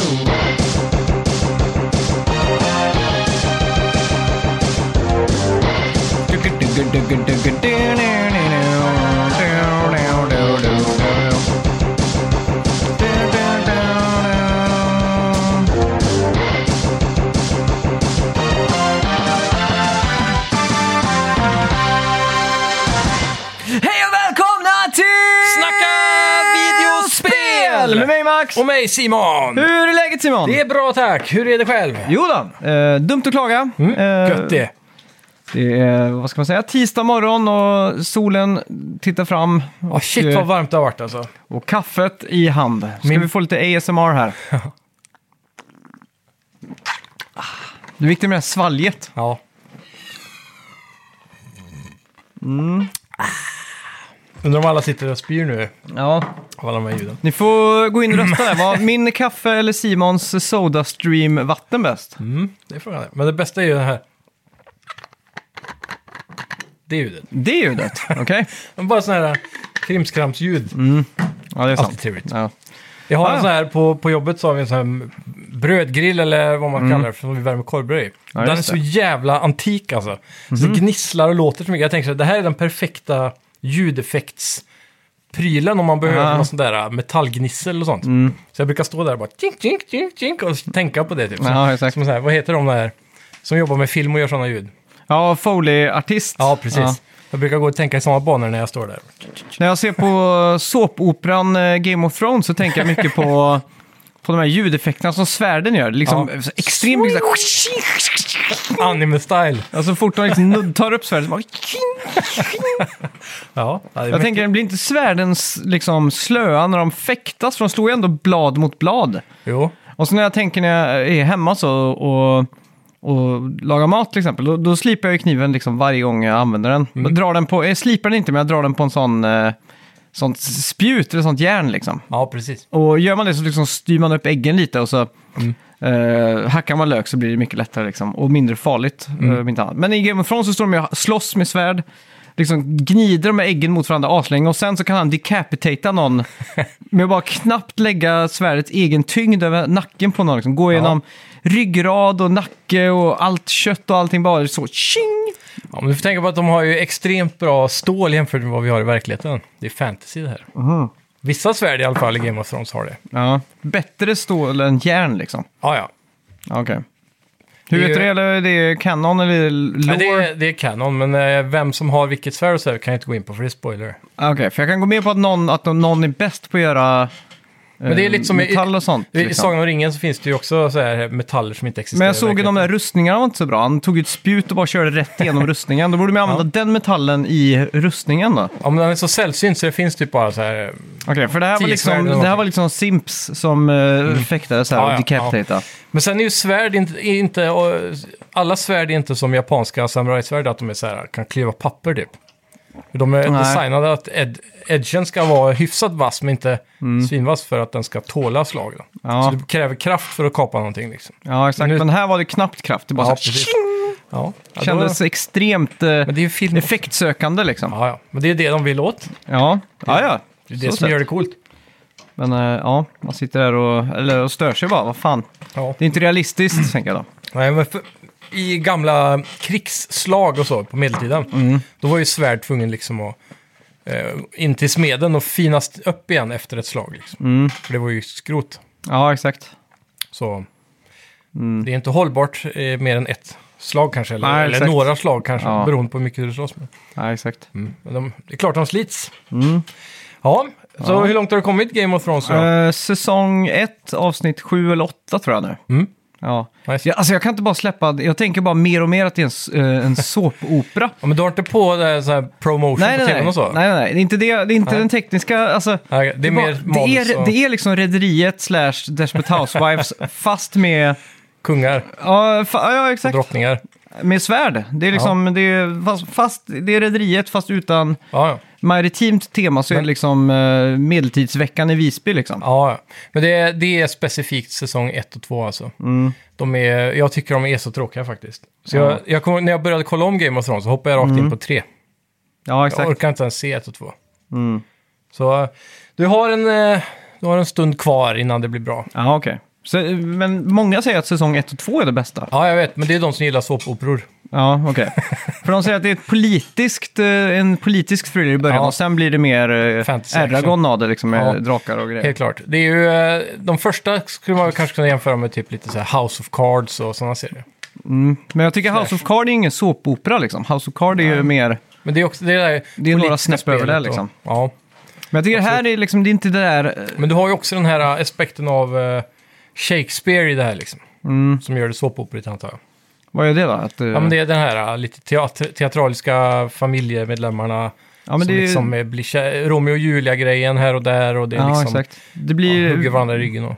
Med mig Max! Och mig Simon! Hur är läget Simon? Det är bra tack, hur är det själv? Jo då, dumt att klaga. Gött det. Det är, vad ska man säga, tisdag morgon och solen tittar fram. Och, Shit vad varmt det har varit alltså. Och kaffet i hand. Ska vi få lite ASMR här? Det är viktigt med det här svalget. Ja. Undrar om alla sitter och spyr nu Ja. av alla de här ljuden. Ni får gå in och rösta där. Var min kaffe eller Simons SodaStream-vatten bäst? Det är frågan. Men det bästa är ju det här. Det är ljudet. Det är ljudet, okej? Men bara sådana här krimskramsljud. Ja, det är sant. Alltid trevligt. Ja. Jag har en sån här, på jobbet så har vi en sån här brödgrill eller vad man kallar det, som vi värmer korvbröd i. Ja, Den är just så det. jävla antik alltså. Så det gnisslar och låter så mycket. Jag tänker så här, det här är den perfekta ljudeffektsprylen om man behöver någon sån där metallgnissel och sånt. Så jag brukar stå där och bara tink, tink, tink, tink och tänka på det typ. Ja, exakt. Som så här, vad heter de där som jobbar med film och gör sådana ljud? Ja, Foley-artist. Ja, precis. Ja. Jag brukar gå och tänka i samma banor när jag står där. När jag ser på såpoperan Game of Thrones så tänker jag mycket på de här ljudeffekterna som svärden gör. Liksom extremt mycket såhär... Anime-style. Alltså fort de liksom tar upp svärden så bara... Ja, det är Jag mycket. tänker, det blir inte svärden liksom slöa när de fäktas? För de slår ju ändå blad mot blad. Jo. Och så när jag tänker när jag är hemma så och lagar mat till exempel, då slipar jag ju kniven liksom varje gång jag använder den. Drar den på, jag slipar den inte, men jag drar den på en sånt spjut eller sånt järn liksom. Ja, precis. Och gör man det så liksom styr man upp äggen lite och så hackar man lök så blir det mycket lättare liksom, och mindre farligt. Men i Game of Thrones så står de ju och slåss med svärd, liksom gnider de med äggen mot varandra aslänge och sen så kan han decapitata någon med att bara knappt lägga svärdets egen tyngd över nacken på någon. Liksom. Gå igenom ryggrad och nacke och allt kött och allting bara så tjing! Ja, men du får tänka på att de har ju extremt bra stål jämfört med vad vi har i verkligheten. Det är fantasy det här. Vissa svärd i alla fall i Game of Thrones har det. Ja, bättre stål än järn liksom. Ja. Okej. Hur vet du det? Eller är det canon eller lore? Ja, det är canon, men vem som har vilket svärd och så här kan jag inte gå in på för det är spoiler. Okej, för jag kan gå med på att någon är bäst på att göra Men det är lite som metall och sånt. I Liksom. Sagan om ringen så finns det ju också så här metaller som inte existerar. Men jag såg ju de där rustningarna var inte så bra. Han tog ett spjut och bara körde rätt igenom rustningen. Då borde man använda den metallen i rustningen då. Ja, men den är så sällsynt så det finns typ bara så här... Okej, för det här var liksom Simps som fäktade så här och decapitata. Men sen är ju svärd inte alla svärd är inte som japanska samurajsvärd att de är så här, kan klyva papper typ. De är designade att edgen ska vara hyfsat vass men inte svinvass för att den ska tåla slag. Då. Ja. Så det kräver kraft för att kapa någonting liksom. Ja, exakt. Men här var det knappt kraft. Det bara så här, precis. Ja. kändes extremt Men det är ju film. effektsökande liksom. Ja. Men det är det de vill åt. Ja. Det är det Så som gör sett. det coolt. Men man sitter där och stör sig bara. Vad fan. Ja. Det är inte realistiskt, tänker jag då. Nej, men i gamla krigsslag och så på medeltiden, då var ju svärd tvungen liksom att in till smeden och finast upp igen efter ett slag. Liksom. För det var ju skrot. Ja, exakt. Så det är inte hållbart mer än ett slag kanske, eller exakt. några slag kanske, Ja. beroende på hur mycket du slåss med. Ja, exakt. Men det är klart de slits. Ja, så hur långt har det kommit Game of Thrones då? Säsong 1, avsnitt 7 eller 8 tror jag nu. Ja. Nice. Jag kan inte bara släppa, jag tänker bara mer och mer att det är en såpopera. Ja, men du har inte på det så här promotion på tvn och så? Nej, det är inte det. Det är inte den tekniska, alltså. Nej, det är mer manus och- det är liksom Rederiet / Desperate Housewives fast med... Kungar Ja, och exakt. drottningar. Med svärd. Det är liksom, det är Rederiet fast utan Ja. maritimt tema så är det liksom medeltidsveckan i Visby liksom. Ja, men det är specifikt säsong 1 och 2 alltså. Jag tycker de är så tråkiga faktiskt. Så när jag började kolla om Game of Thrones så hoppade jag rakt in på 3. Ja, Jag exakt. orkar inte ens se 1 och 2. Så du har en stund kvar innan det blir bra. Ja, okej. Så, men många säger att säsong 1 och 2 är det bästa. Ja, jag vet, men det är de som gillar såpoperor. Ja, okej. För de säger att det är en politisk thriller i början och sen blir det mer Fantasy Eragon av det liksom, med drakar och grejer. Helt klart. Det är ju, de första skulle man kanske kunna jämföra med typ lite så här House of Cards och sådana serier. Men jag tycker House of Cards är ingen såpopera liksom. House of Cards är ju mer... Men det är också det är några snäpp över det liksom. Ja. Men jag tycker det här är liksom, det är inte det där... Men du har ju också den här aspekten av Shakespeare i det här liksom. Som gör det såpoperigt, antar jag. Vad är det då? Att, ja, men det är den här lite teatraliska familjemedlemmarna. Ja, men som liksom blir Romeo och Julia-grejen här och där. Och det är liksom... exakt. Det blir... hugger varandra i ryggen och...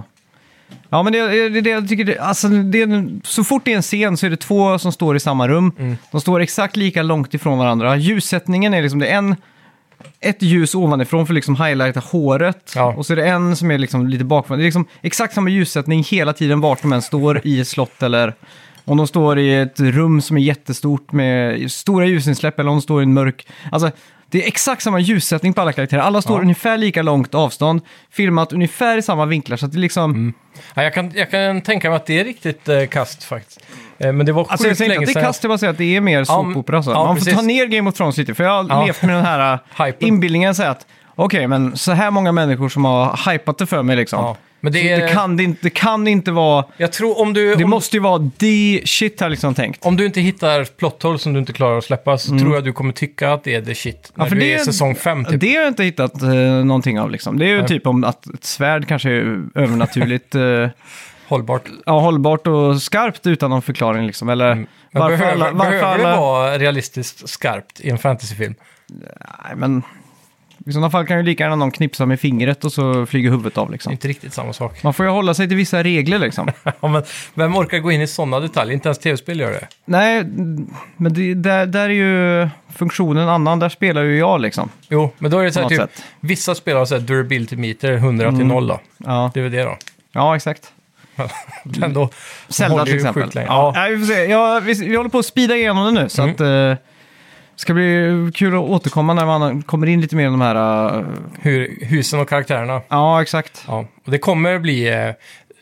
Ja, men det jag tycker... Alltså, så fort det är en scen så är det två som står i samma rum. De står exakt lika långt ifrån varandra. Ljussättningen är liksom... Det är ett ljus ovanifrån för liksom highlighta håret. Ja. Och så är det en som är liksom lite bakifrån. Det är liksom exakt samma ljussättning hela tiden vart de än står i ett slott eller... Om de står i ett rum som är jättestort med stora ljusinsläpp eller om de står i en mörk... Alltså, det är exakt samma ljussättning på alla karaktärer. Alla står ungefär lika långt avstånd, filmat ungefär i samma vinklar. Så att det liksom... Ja, jag kan tänka mig att det är riktigt kast faktiskt. Men det var alltså, jag säger inte att det är kast, jag bara säger att det är mer såpopera. Man får ta ner Game of Thrones lite, för jag har levt med den här inbildningen så att okej, men så här många människor som har hypat det för mig liksom. Ja. Men det kan inte vara... Jag tror det måste ju vara the shit här liksom tänkt. Om du inte hittar plot hole som du inte klarar att släppa så tror jag du kommer tycka att det är the shit. När du är säsong 5 typ. Det har jag inte hittat någonting av liksom. Det är ju typ om att ett svärd kanske är övernaturligt... hållbart. Ja, hållbart och skarpt utan någon förklaring liksom. Eller behöver det vara realistiskt skarpt i en fantasyfilm? Nej, men... I sådana fall kan ju lika gärna någon knipsa med fingret och så flyger huvudet av liksom. Inte riktigt samma sak. Man får ju hålla sig till vissa regler liksom. Ja, men vem orkar gå in i sådana detaljer? Inte ens tv-spel gör det. Nej, men där är ju funktionen annan. Där spelar ju jag liksom. Jo, men då är det så här typ, vissa spelar har så här durability meter 100 till 0 då. Ja. Det är väl det då. Ja, exakt. Men då Zelda till exempel. Ja, vi får se. Vi håller på att speeda igenom det nu så att... Det ska bli kul att återkomma när man kommer in lite mer i de här... husen och karaktärerna. Ja, exakt. Ja. Och det kommer bli...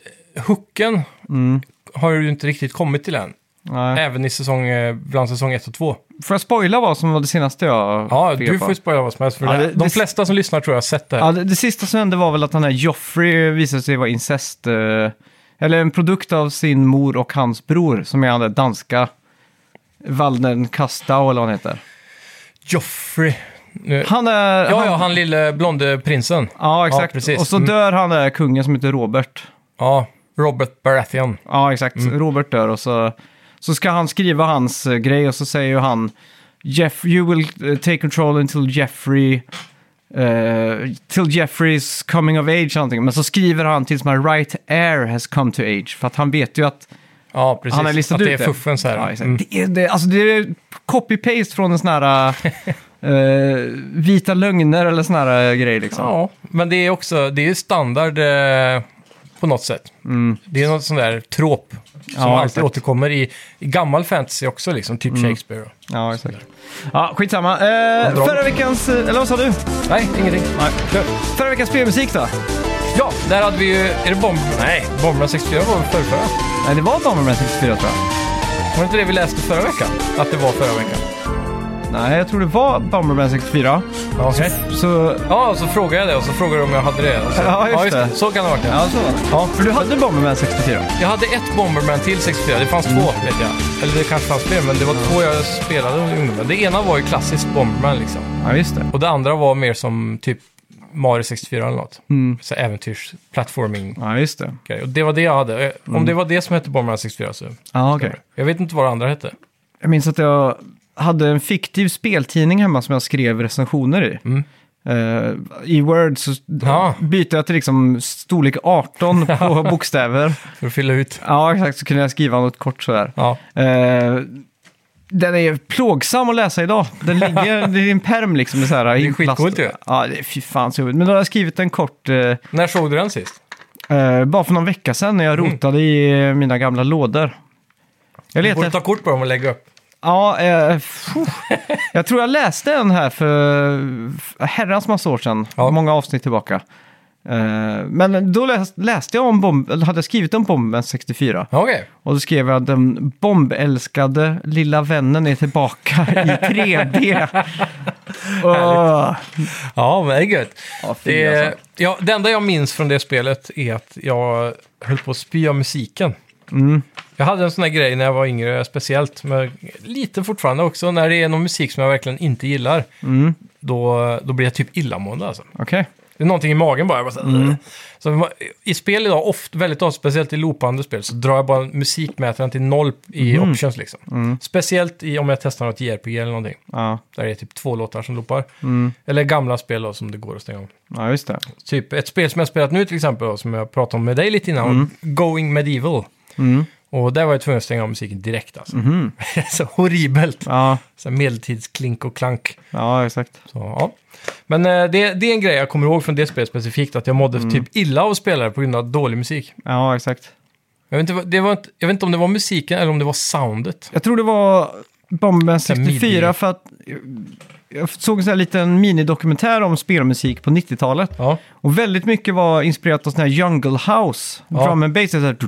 hooken har ju inte riktigt kommit till än. Nej. Även i bland säsong 1 och 2. Får jag spoila vad som var det senaste jag... Ja, du får spoila vad som helst. För de flesta som lyssnar tror jag har sett det här. Ja, det sista som hände var väl att den här Joffrey visade sig vara incest... eller en produkt av sin mor och hans bror som är den där danska... Valden Kastau eller vad han heter. Joffrey. Han är... han lille blonde prinsen. Ja, exakt. Precis. Och så dör han där kungen som heter Robert. Ja, Robert Baratheon. Ja, exakt. Robert dör och så ska han skriva hans grej och så säger ju han you will take control until Jeffrey's coming of age någonting. Men så skriver han tills my right heir has come to age. För att han vet ju att ja, precis. Han har listat att ut det är fuffen så här. Ja, det är copy-paste från en sån här vita lögner eller sån här grej liksom. Ja, men det är också det är standard på något sätt. Det är något sån där trop som alltid återkommer i gammal fantasy också liksom, typ Shakespeare. Ja, exakt. Ja, skitsamma. Förra veckans... Eller vad sa du? Nej, ingenting. Nej. Förra veckans spelmusik då? Ja, där hade vi ju... Är det Bomberman 64 var väl förra? Nej, det var Bomberman 64 tror jag. Var det inte det vi läste förra veckan? Att det var förra veckan? Nej, jag tror det var Bomberman 64. Okay. Så frågade jag det och så frågade du om jag hade det. Så, ja, just det. Så kan det vara. Ja, så var det. Ja, för du hade Bomberman 64. Jag hade ett Bomberman till 64. Det fanns två, vet jag. Eller det kanske fanns fler, men det var två jag spelade under ungdomen. Det ena var ju klassiskt Bomberman liksom. Ja, just det. Och det andra var mer som typ Mario 64 eller något. Så äventyrs platforming. Ja, just det. Okay. Och det var det jag hade. Om det var det som hette Bomberman 64 så... Ja, okej. Jag vet inte vad det andra hette. Jag minns att jag hade en fiktiv speltidning hemma som jag skrev recensioner i. I Word så bytte jag till liksom storlek 18 på bokstäver. För att fylla ut. Ja, exakt. Så kunde jag skriva något kort sådär. Ja. Den är plågsam att läsa idag. Det är en perm liksom. Så här, det är skitcoolt ju. Ja, det är fy fan så jobbigt. Men då har jag skrivit en kort... När såg du den sist? Bara för någon vecka sedan när jag rotade i mina gamla lådor. Du borde ta kort på dem och lägga upp. Ja, jag tror jag läste den här för herrans massa år sedan. Ja. Många avsnitt tillbaka. Men då läste jag om hade jag skrivit om Bomberman 64. Okej. Och då skrev jag att den bombälskade lilla vännen är tillbaka i 3D. Ja, men det är gött. Ja, Det enda jag minns från det spelet är att jag höll på att spy av musiken. Jag hade en sån här grej när jag var yngre, speciellt, men lite fortfarande också. När det är någon musik som jag verkligen inte gillar, då blir jag typ illamående alltså. Okej. Det är någonting i magen bara. Så i spel idag, väldigt ofta, speciellt i loopande spel, så drar jag bara musikmätaren till 0 i options liksom. Speciellt om jag testar något JRPG eller någonting. Ja. Där det är typ 2 låtar som loopar. Eller gamla spel då, som det går att stänga om. Ja, just det. Typ ett spel som jag spelat nu till exempel, då, som jag pratade om med dig lite innan, Going Medieval. Och där var jag tvungen att stänga av musiken direkt alltså. Så horribelt. Ja. Så medeltidsklink och klank. Ja, exakt. Så, ja. Men det är en grej jag kommer ihåg från det spelet specifikt, att jag mådde typ illa av spelare på grund av dålig musik. Ja, exakt. Jag vet inte om det var musiken eller om det var soundet. Jag tror det var Bomberman 64 för att jag såg en sån här liten minidokumentär om spelmusik på 90-talet. Ja. Och väldigt mycket var inspirerat av sån här Jungle House. Ja. Drum and bass. Ja,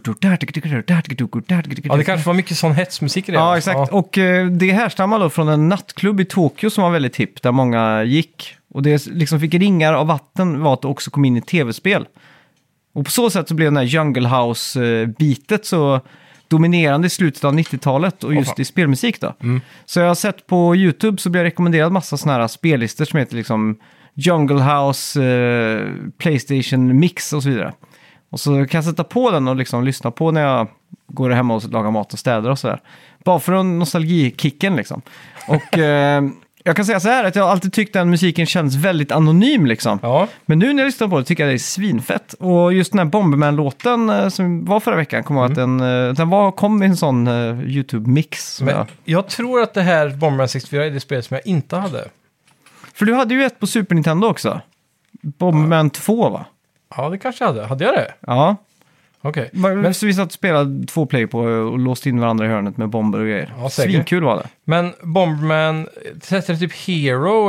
det kanske var mycket sån hetsmusik i det. Ja, exakt. Ja. Och det härstammar då från en nattklubb i Tokyo som var väldigt hipp, där många gick. Och det liksom fick ringar av vatten var att det också kom in i tv-spel. Och på så sätt så blev den här Jungle House-bitet så dominerande i slutet av 90-talet och just i spelmusik då. Så jag har sett på YouTube så blir jag rekommenderad massa såna här spellistor som heter liksom Jungle House, PlayStation Mix och så vidare. Och så kan jag sätta på den och liksom lyssna på när jag går hemma och lagar mat och städar och sådär. Bara för en nostalgikicken liksom. Och jag kan säga så här att jag alltid tyckt att den musiken känns väldigt anonym liksom. Ja. Men nu när jag lyssnar på det tycker jag det är svinfett. Och just den här Bomberman-låten som var förra veckan, kom att den kom i en sån YouTube-mix. Jag tror att det här Bomberman 64 är det spel som jag inte hade. För du hade ju ett på Super Nintendo också. Bomberman 2 va? Ja, det kanske jag hade. Hade jag det? Ja. Okej. Men så vi satt och spelade 2 play på och låste in varandra i hörnet med bomber och grejer. Ja, säkert. Svinkul var det. Men Bomberman, heter det typ Hero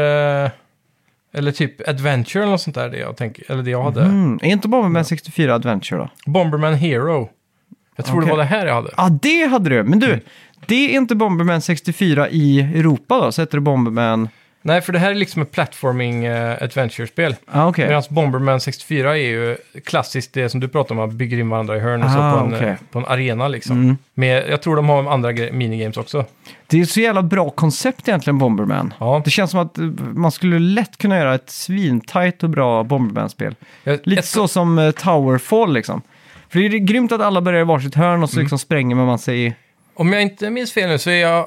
eller typ Adventure eller något sånt där, det jag tänker, eller det jag hade? Är inte Bomberman 64 Adventure då? Bomberman Hero. Jag tror det var det här jag hade. Ja, det hade du. Men du, det är inte Bomberman 64 i Europa då? Så heter det Bomberman... Nej, för det här är liksom ett platforming adventure-spel. Okay. Medan Bomberman 64 är ju klassiskt det som du pratar om, man bygger in varandra i hörn och så på en arena liksom. Jag tror de har andra minigames också. Det är så jävla bra koncept egentligen, Bomberman. Ja. Det känns som att man skulle lätt kunna göra ett svintajt och bra Bomberman-spel. Lite så som Towerfall liksom. För det är grymt att alla börjar i varsitt hörn och så liksom spränger man sig i... Om jag inte minns fel nu så är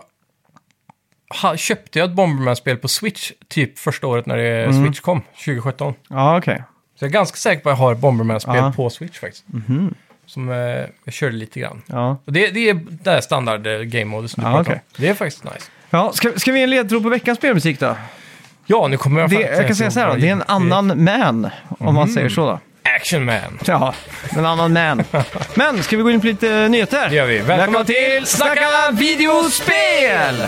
köpte jag ett Bomberman-spel på Switch typ första året när Switch kom, 2017. Ja, okej. Så jag är ganska säker på att jag har ett Bomberman-spel på Switch faktiskt. Som jag körde lite grann. Ja. Och det är det här standard game mode som du pratar om. Det är faktiskt nice. Ja, ska vi ge en ledtråd på veckans spelmusik då? Ja, nu kommer jag kan säga så här då, det är en annan man, om man säger så då. Action Man. Ja, en annan man. Men ska vi gå in på lite nyheter? Det gör vi. Välkomna till Snacka videospel!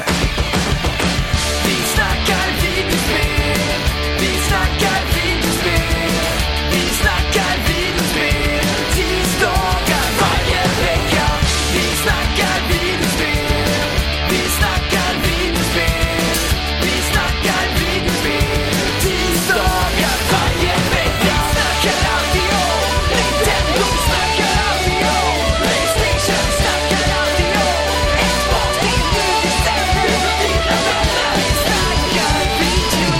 Vi snackar videospel, vi snackar videospel, vi snackar videospel, tisdagar varje vecka. Vi snackar videospel, vi snackar videospel, vi snackar videospel, tisdagar varje vecka. Snackar alltid om Nintendo, snackar alltid om PlayStation, snackar alltid om Xbox, till nu bestämmer dina vänner. Vi snackar videospel.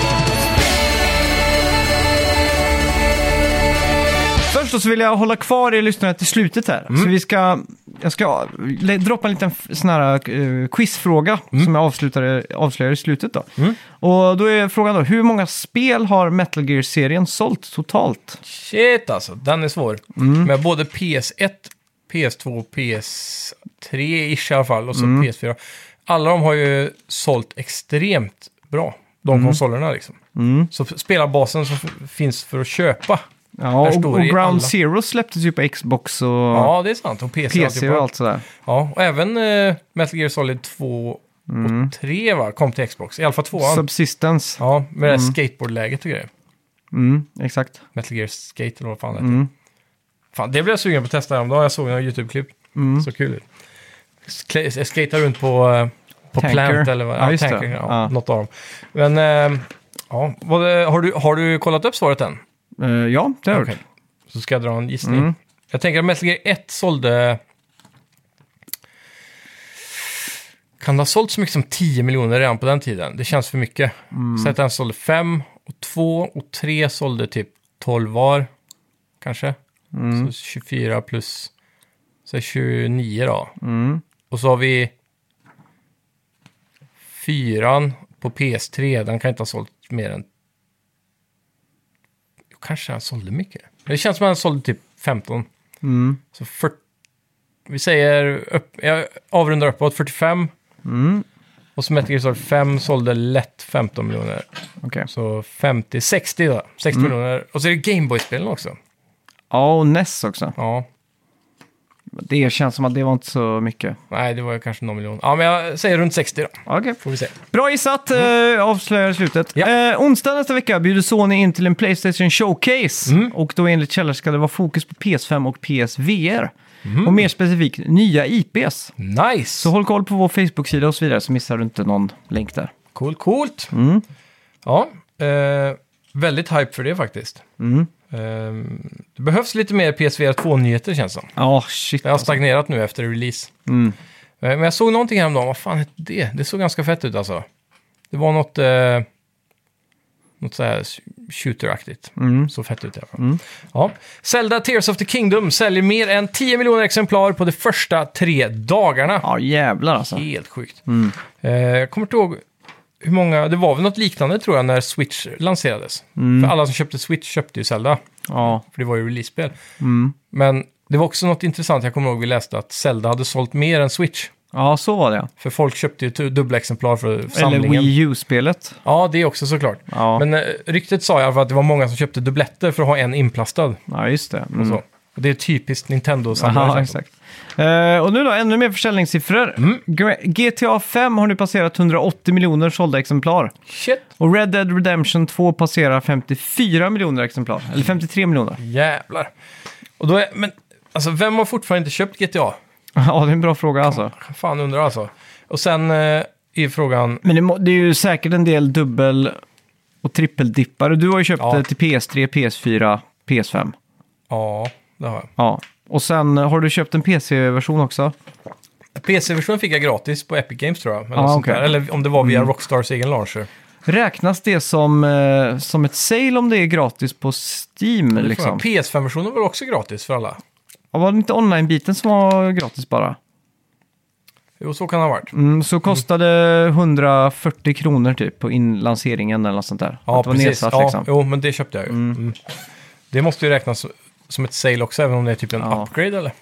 Först så vill jag hålla kvar er lyssnare till slutet här. Så jag ska droppa en liten sån här quizfråga som jag avslöjar i slutet då. Och då är frågan då, hur många spel har Metal Gear-serien sålt totalt? Shit alltså, den är svår. Med både PS1, PS2, PS3-ish i alla fall och så PS4. Alla de har ju sålt extremt bra, de konsolerna liksom. Så spelarbasen som finns för att köpa. Ja, och Ground Zero släpptes ju på Xbox och ja, det är sant. Och PC och allt sådär. Ja, och även Metal Gear Solid 2 och 3 kom till Xbox. I alla fall 2. Subsistence. Ja, med det här skateboardläget och grejer. Exakt. Metal Gear Skate eller vad fan det heter. Fan, det blev jag sugen på att testa häromdagen. Jag såg några YouTube-klipp. Så kul ut. Skater runt på Plant eller vad? Ja, just Tanker, det. ja, något av dem. Men, ja, har du kollat upp svaret än? Ja, det har jag Okej. gjort. Så ska jag dra en gissning. Jag tänker att Metal Gear 1 sålde... Kan det ha sålt så mycket som 10 miljoner redan på den tiden? Det känns för mycket. Så att den sålde 5 och 2 och 3 sålde typ 12 var. Kanske. Så 24 plus så 29 då. Och så har vi 4 på PS3. Den kan inte ha sålt mer än... Kanske han sålde mycket. Det känns som att han sålde typ 15. Så vi säger... Jag avrundar uppåt 45. Och så Metal Gear Solid 5 sålde lätt 15 miljoner. Okay. Så 60 då. 60 miljoner. Och så är det Gameboy-spelen också. Ja, och NES också. Ja. Det känns som att det var inte så mycket. Nej, det var ju kanske någon miljon. Ja, men jag säger runt 60 då. Okej. Får vi se. Bra gissat, avslöjar slutet. Ja. Onsdag nästa vecka bjuder Sony in till en PlayStation Showcase. Och då enligt källor ska det vara fokus på PS5 och PSVR. Och mer specifikt, nya IPs. Nice! Så håll koll på vår Facebook-sida och så vidare så missar du inte någon länk där. Coolt. Ja, väldigt hype för det faktiskt. Det behövs lite mer PSVR 2-nyheter känns som. Ja, shit. Det har stagnerat nu efter release. Men jag såg någonting häromdagen. Vad fan hette det? Det såg ganska fett ut alltså. Det var något så här shooter-aktigt. Så fett ut i alla fall. Ja. Zelda Tears of the Kingdom säljer mer än 10 miljoner exemplar på de första 3 dagarna. Ja, jävlar alltså. Helt sjukt. Jag kommer inte ihåg hur många... Det var väl något liknande tror jag när Switch lanserades. För alla som köpte Switch köpte ju Zelda. Ja. För det var ju release-spel. Men det var också något intressant. Jag kommer ihåg vi läste att Zelda hade sålt mer än Switch. Ja, så var det. För folk köpte ju dubbla exemplar för samlingen. Eller Wii U-spelet. Ja, det är också såklart. Ja. Men ryktet sa i alla fall att det var många som köpte dubbletter för att ha en inplastad. Ja, just det. Och så. Och det är typiskt Nintendo-samlare. Ja, exakt. Och nu då, ännu mer försäljningssiffror. GTA 5 har nu passerat 180 miljoner sålda exemplar. Shit! Och Red Dead Redemption 2 passerar 54 miljoner exemplar. Eller 53 miljoner. Jävlar. Och då men alltså, vem har fortfarande inte köpt GTA? Ja, det är en bra fråga alltså. Fan undrar alltså. Och sen är frågan... Men det är ju säkert en del dubbel- och trippeldippare. Du har ju köpt det till PS3, PS4, PS5. Ja, det har jag. Ja. Och sen har du köpt en PC-version också? PC-versionen fick jag gratis på Epic Games tror jag. Eller, okay. Eller om det var via Rockstars egen launcher. Räknas det som ett sale om det är gratis på Steam? Liksom? PS5-versionen var också gratis för alla. Ja, var det inte online-biten som var gratis bara? Jo, så kan det ha varit. Så kostade 140 kronor typ på lanseringen eller något sånt där. Ja, det var precis. Nedsatt, Ja, liksom. jo, men det köpte jag ju. Det måste ju räknas som ett sale också, även om det är typ en upgrade eller?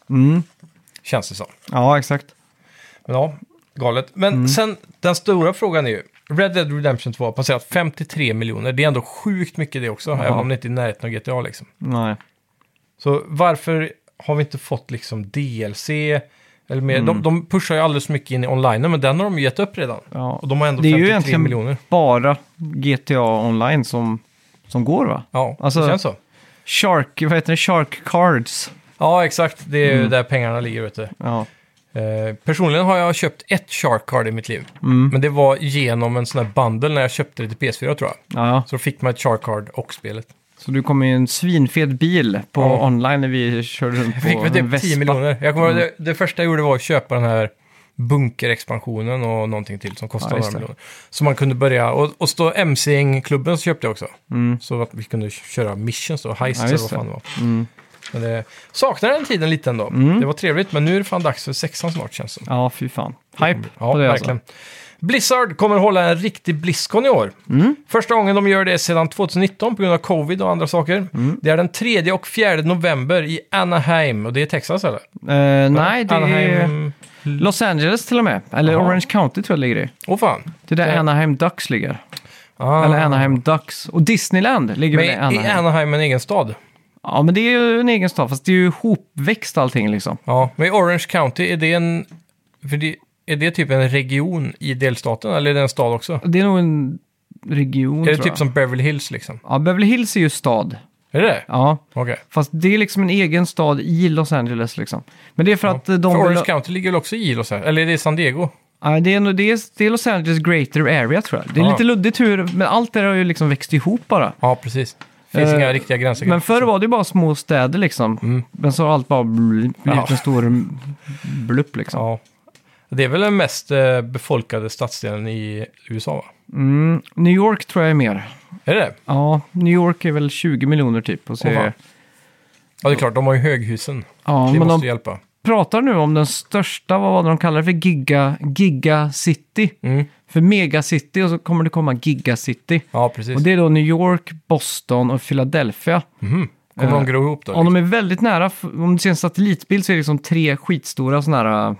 Känns det som. Ja, exakt. Men ja, galet. Men sen, den stora frågan är ju, Red Dead Redemption 2 har passerat 53 miljoner. Det är ändå sjukt mycket det också, även om det inte är i närheten av GTA liksom. Nej. Så varför har vi inte fått liksom DLC eller mer? De pushar ju alldeles mycket in i online, men den har de ju gett upp redan. Ja. Och de har ändå det är 53 ju egentligen miljoner. Bara GTA Online som går, va? Ja, alltså, det känns så. Shark Cards. Ja, exakt. Det är ju där pengarna ligger, vet du. Ja. Personligen har jag köpt ett Shark Card i mitt liv. Men det var genom en sån här bundle när jag köpte det till PS4, tror jag. Ja. Så fick man ett Shark Card och spelet. Så du kom i en svinfet bil på online när vi körde runt på fick vi typ 10 miljoner. Jag kommer ihåg, det första jag gjorde var att köpa den här bunkerexpansionen och någonting till som kostade några miljoner. Så man kunde börja, och stå MC-klubben så köpte jag också. Så att vi kunde köra missions och heists eller vad fan det var. Men det saknar den tiden lite ändå. Det var trevligt, men nu är det fan dags för 6:an snart, känns det. Ja, fy fan. Hype ja, på det verkligen. alltså. Blizzard kommer hålla en riktig BlizzCon i år. Första gången de gör det sedan 2019 på grund av covid och andra saker. Det är den 3 och 4 november i Anaheim. Och det är Texas, eller? Nej, det Anaheim... är Los Angeles till och med. Eller Orange County tror jag ligger i. Åh fan. Det är där Anaheim Ducks ligger. Eller Anaheim Ducks. Och Disneyland ligger väl i Anaheim. Men är Anaheim en egen stad? Ja, men det är ju en egen stad. Fast det är ju hopväxt allting liksom. Ja, men i Orange County, är det en... Är det typ en region i delstaten, eller är det en stad också? Det är nog en region, Är det tror typ jag. som Beverly Hills liksom? Ja, Beverly Hills är ju stad. Är det? Ja, Okej. fast det är liksom en egen stad i Los Angeles liksom. Men det är för att de För vill... Orange County ligger väl också i Los Angeles? Eller är det San Diego? Ja, det är Los Angeles Greater Area, tror jag. Det är Ja. lite luddigt hur, men allt det har ju liksom växt ihop bara. Ja, precis. Det finns inga riktiga gränser. Men förr var det ju bara små städer liksom. Men så har allt bara blivit Ja. en stor blupp liksom. Ja. Det är väl den mest befolkade stadsdelen i USA, va? New York tror jag är mer. Är det? Ja, New York är väl 20 miljoner typ. Och så Åh, fan. Ja, det är klart. De har ju höghusen. ja, Det men måste de hjälpa. pratar nu om den största, vad var det de kallar det för? Giga City. Mm. För Megacity och så kommer det komma Gigacity. Ja, precis. Och det är då New York, Boston och Philadelphia. Kommer de gro ihop då? Om de är väldigt nära, om du ser en satellitbild så är det liksom 3 skitstora sådana här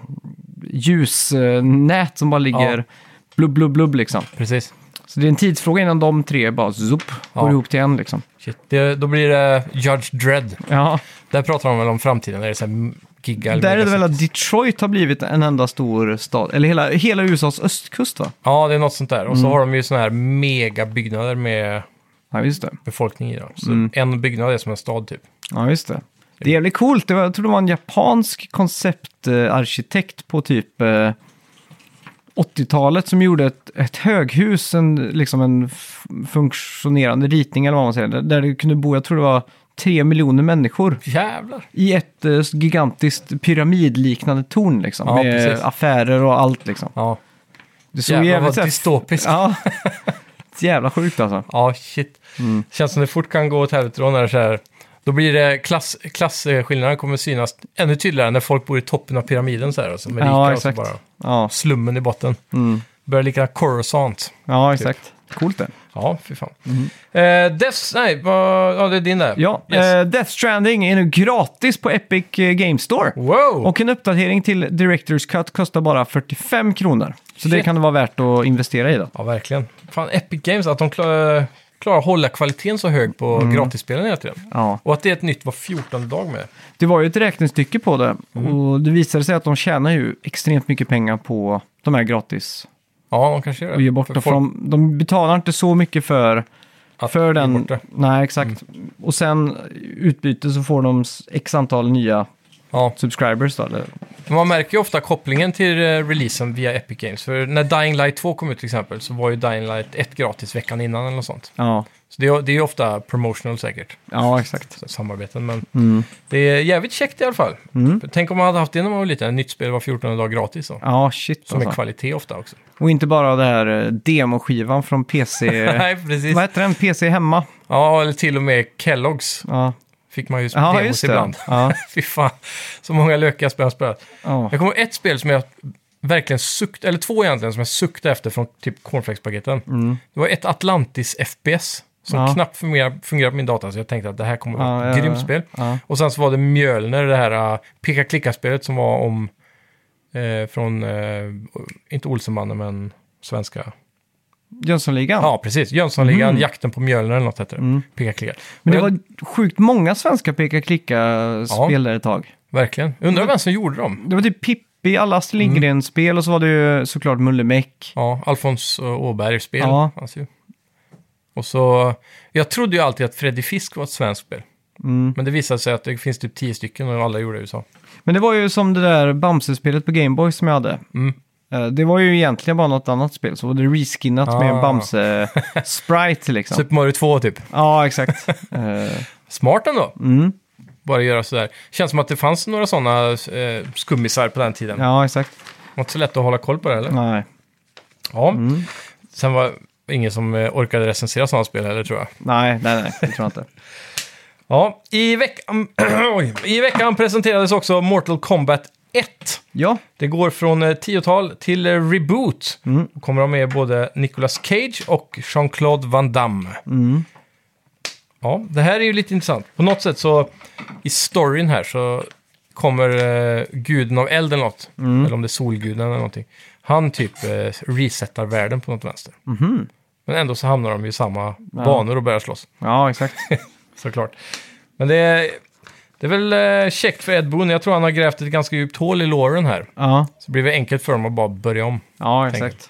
ljusnät som bara ligger blubb, blubb, blubb liksom. Precis. Så det är en tidsfråga innan de 3 bara zup, går ihop till en liksom. Shit. Då blir det Judge Dredd. Ja, Där pratar de väl om framtiden. Där är det så här giga eller där är det megacity. väl att Detroit har blivit en enda stor stad, eller hela USAs östkust va? Ja, det är något sånt där. Och så har de ju såna här megabyggnader med Ja, just det. befolkning i. Då. Så en byggnad är som en stad typ. Ja, just det. Det är jävligt coolt. Jag tror det var en japansk konceptarkitekt på typ 80-talet som gjorde ett höghus, liksom en funktionerande ritning eller vad man säger, där det kunde bo, jag tror det var 3 miljoner människor Jävlar! i ett gigantiskt pyramidliknande torn liksom, Ja, med precis. affärer och allt liksom. Ja, Det såg jävlar jävligt vad så här- dystopiskt. Ja, jävla sjukt alltså. Ja, shit. Känns som det fort kan gå åt helvete då när det är så här. Då blir det klasskillnaden kommer synas ännu tydligare när folk bor i toppen av pyramiden så här. Alltså, med rika Ja, och så exakt. bara Ja, slummen i botten. Börjar lika Coruscant. ja exakt. Coolt det. Ja, fy fan. Ja, det är din där. Ja, Yes. Death Stranding är nu gratis på Epic Game Store. Wow! Och en uppdatering till Director's Cut kostar bara 45 kronor. Så det Shit. kan det vara värt att investera i då. Ja, verkligen. Fan, Epic Games, att de klarar att hålla kvaliteten så hög på gratisspelen hela tiden. Ja. Och att det är ett nytt var 14 dag med. Det var ju ett räknestycke på det. Och det visade sig att de tjänar ju extremt mycket pengar på de här gratis. Ja, de kanske gör det. Och ger bort För det. För folk de betalar inte så mycket för att för ge den. bort det. Nej, exakt. Och sen utbyte så får de x antal nya Ja. subscribers då. Eller? Man märker ju ofta kopplingen till releasen via Epic Games. För när Dying Light 2 kom ut till exempel så var ju Dying Light 1 gratis veckan innan eller något sånt. Ja. Så det är ju ofta promotional säkert, Ja, exakt. så samarbeten. Men det är jävligt käckt i alla fall. Tänk om man hade haft det när man var liten. Ett nytt spel var 14 dag gratis. Så. Ja, shit Som är alltså. kvalitet ofta också. Och inte bara det här demoskivan från PC. Nej, precis. Vad heter den? PC hemma? Ja, eller till och med Kellogg's Ja, fick man ju ja demos just det. ibland. Ja. Fy fan, så många lökiga spel jag spelat. Ja. Jag kommer ihåg ett spel som jag verkligen suktade, eller 2 egentligen, som jag suktade efter från typ cornflakespaketen. Det var ett Atlantis FPS som knappt fungerar på min data, så jag tänkte att det här kommer att vara ett grymt spel. Ja. Och sen så var det Mjölner, det här peka-klicka-spelet som var om, från, inte Olsenmannen, men svenska. Jönssonligan. Ja, precis. Jönssonligan, Jakten på Mjölner eller något heter det. Peka-klicka. Men det Och jag- var sjukt många svenska peka-klicka-spel där ett tag. Verkligen. Undrar vem som gjorde dem. Det var typ Pippi, alla Astrid Lindgren-spel och så var det ju såklart Mulle Meck. Ja, Alfons Åberg-spel. Ja. Alltså. Och så, jag trodde ju alltid att Freddy Fisk var ett svenskt spel. Men det visade sig att det finns typ 10 stycken och alla gjorde i USA. Men det var ju som det där Bamse-spelet på Game Boy som jag hade. Det var ju egentligen bara något annat spel. Så var det reskinnat med en Bamse-sprite liksom. Super Mario 2 typ. Ja, exakt. Smart ändå. Bara göra sådär. Känns som att det fanns några sådana skummisar på den tiden. Ja, exakt. Var inte så lätt att hålla koll på det, eller? Nej. Ja. Sen var det ingen som orkade recensera sådana spel heller, tror jag. Nej, det tror jag inte. Ja, i veckan presenterades också Mortal Kombat 1. Ja, Det går från 10-tal till reboot. Kommer de med både Nicolas Cage och Jean-Claude Van Damme. Ja, det här är ju lite intressant. På något sätt så, i storyn här så kommer guden av eld eller något. Eller om det är solguden eller någonting. Han typ resetar världen på något vänster. Men ändå så hamnar de i samma banor och börjar slåss. ja exakt. Såklart. Men det är väl käckt för Ed Boon. Jag tror han har grävt ett ganska djupt hål i låren här. Ja, Så blir det enkelt för dem att bara börja om. ja tänker. exakt.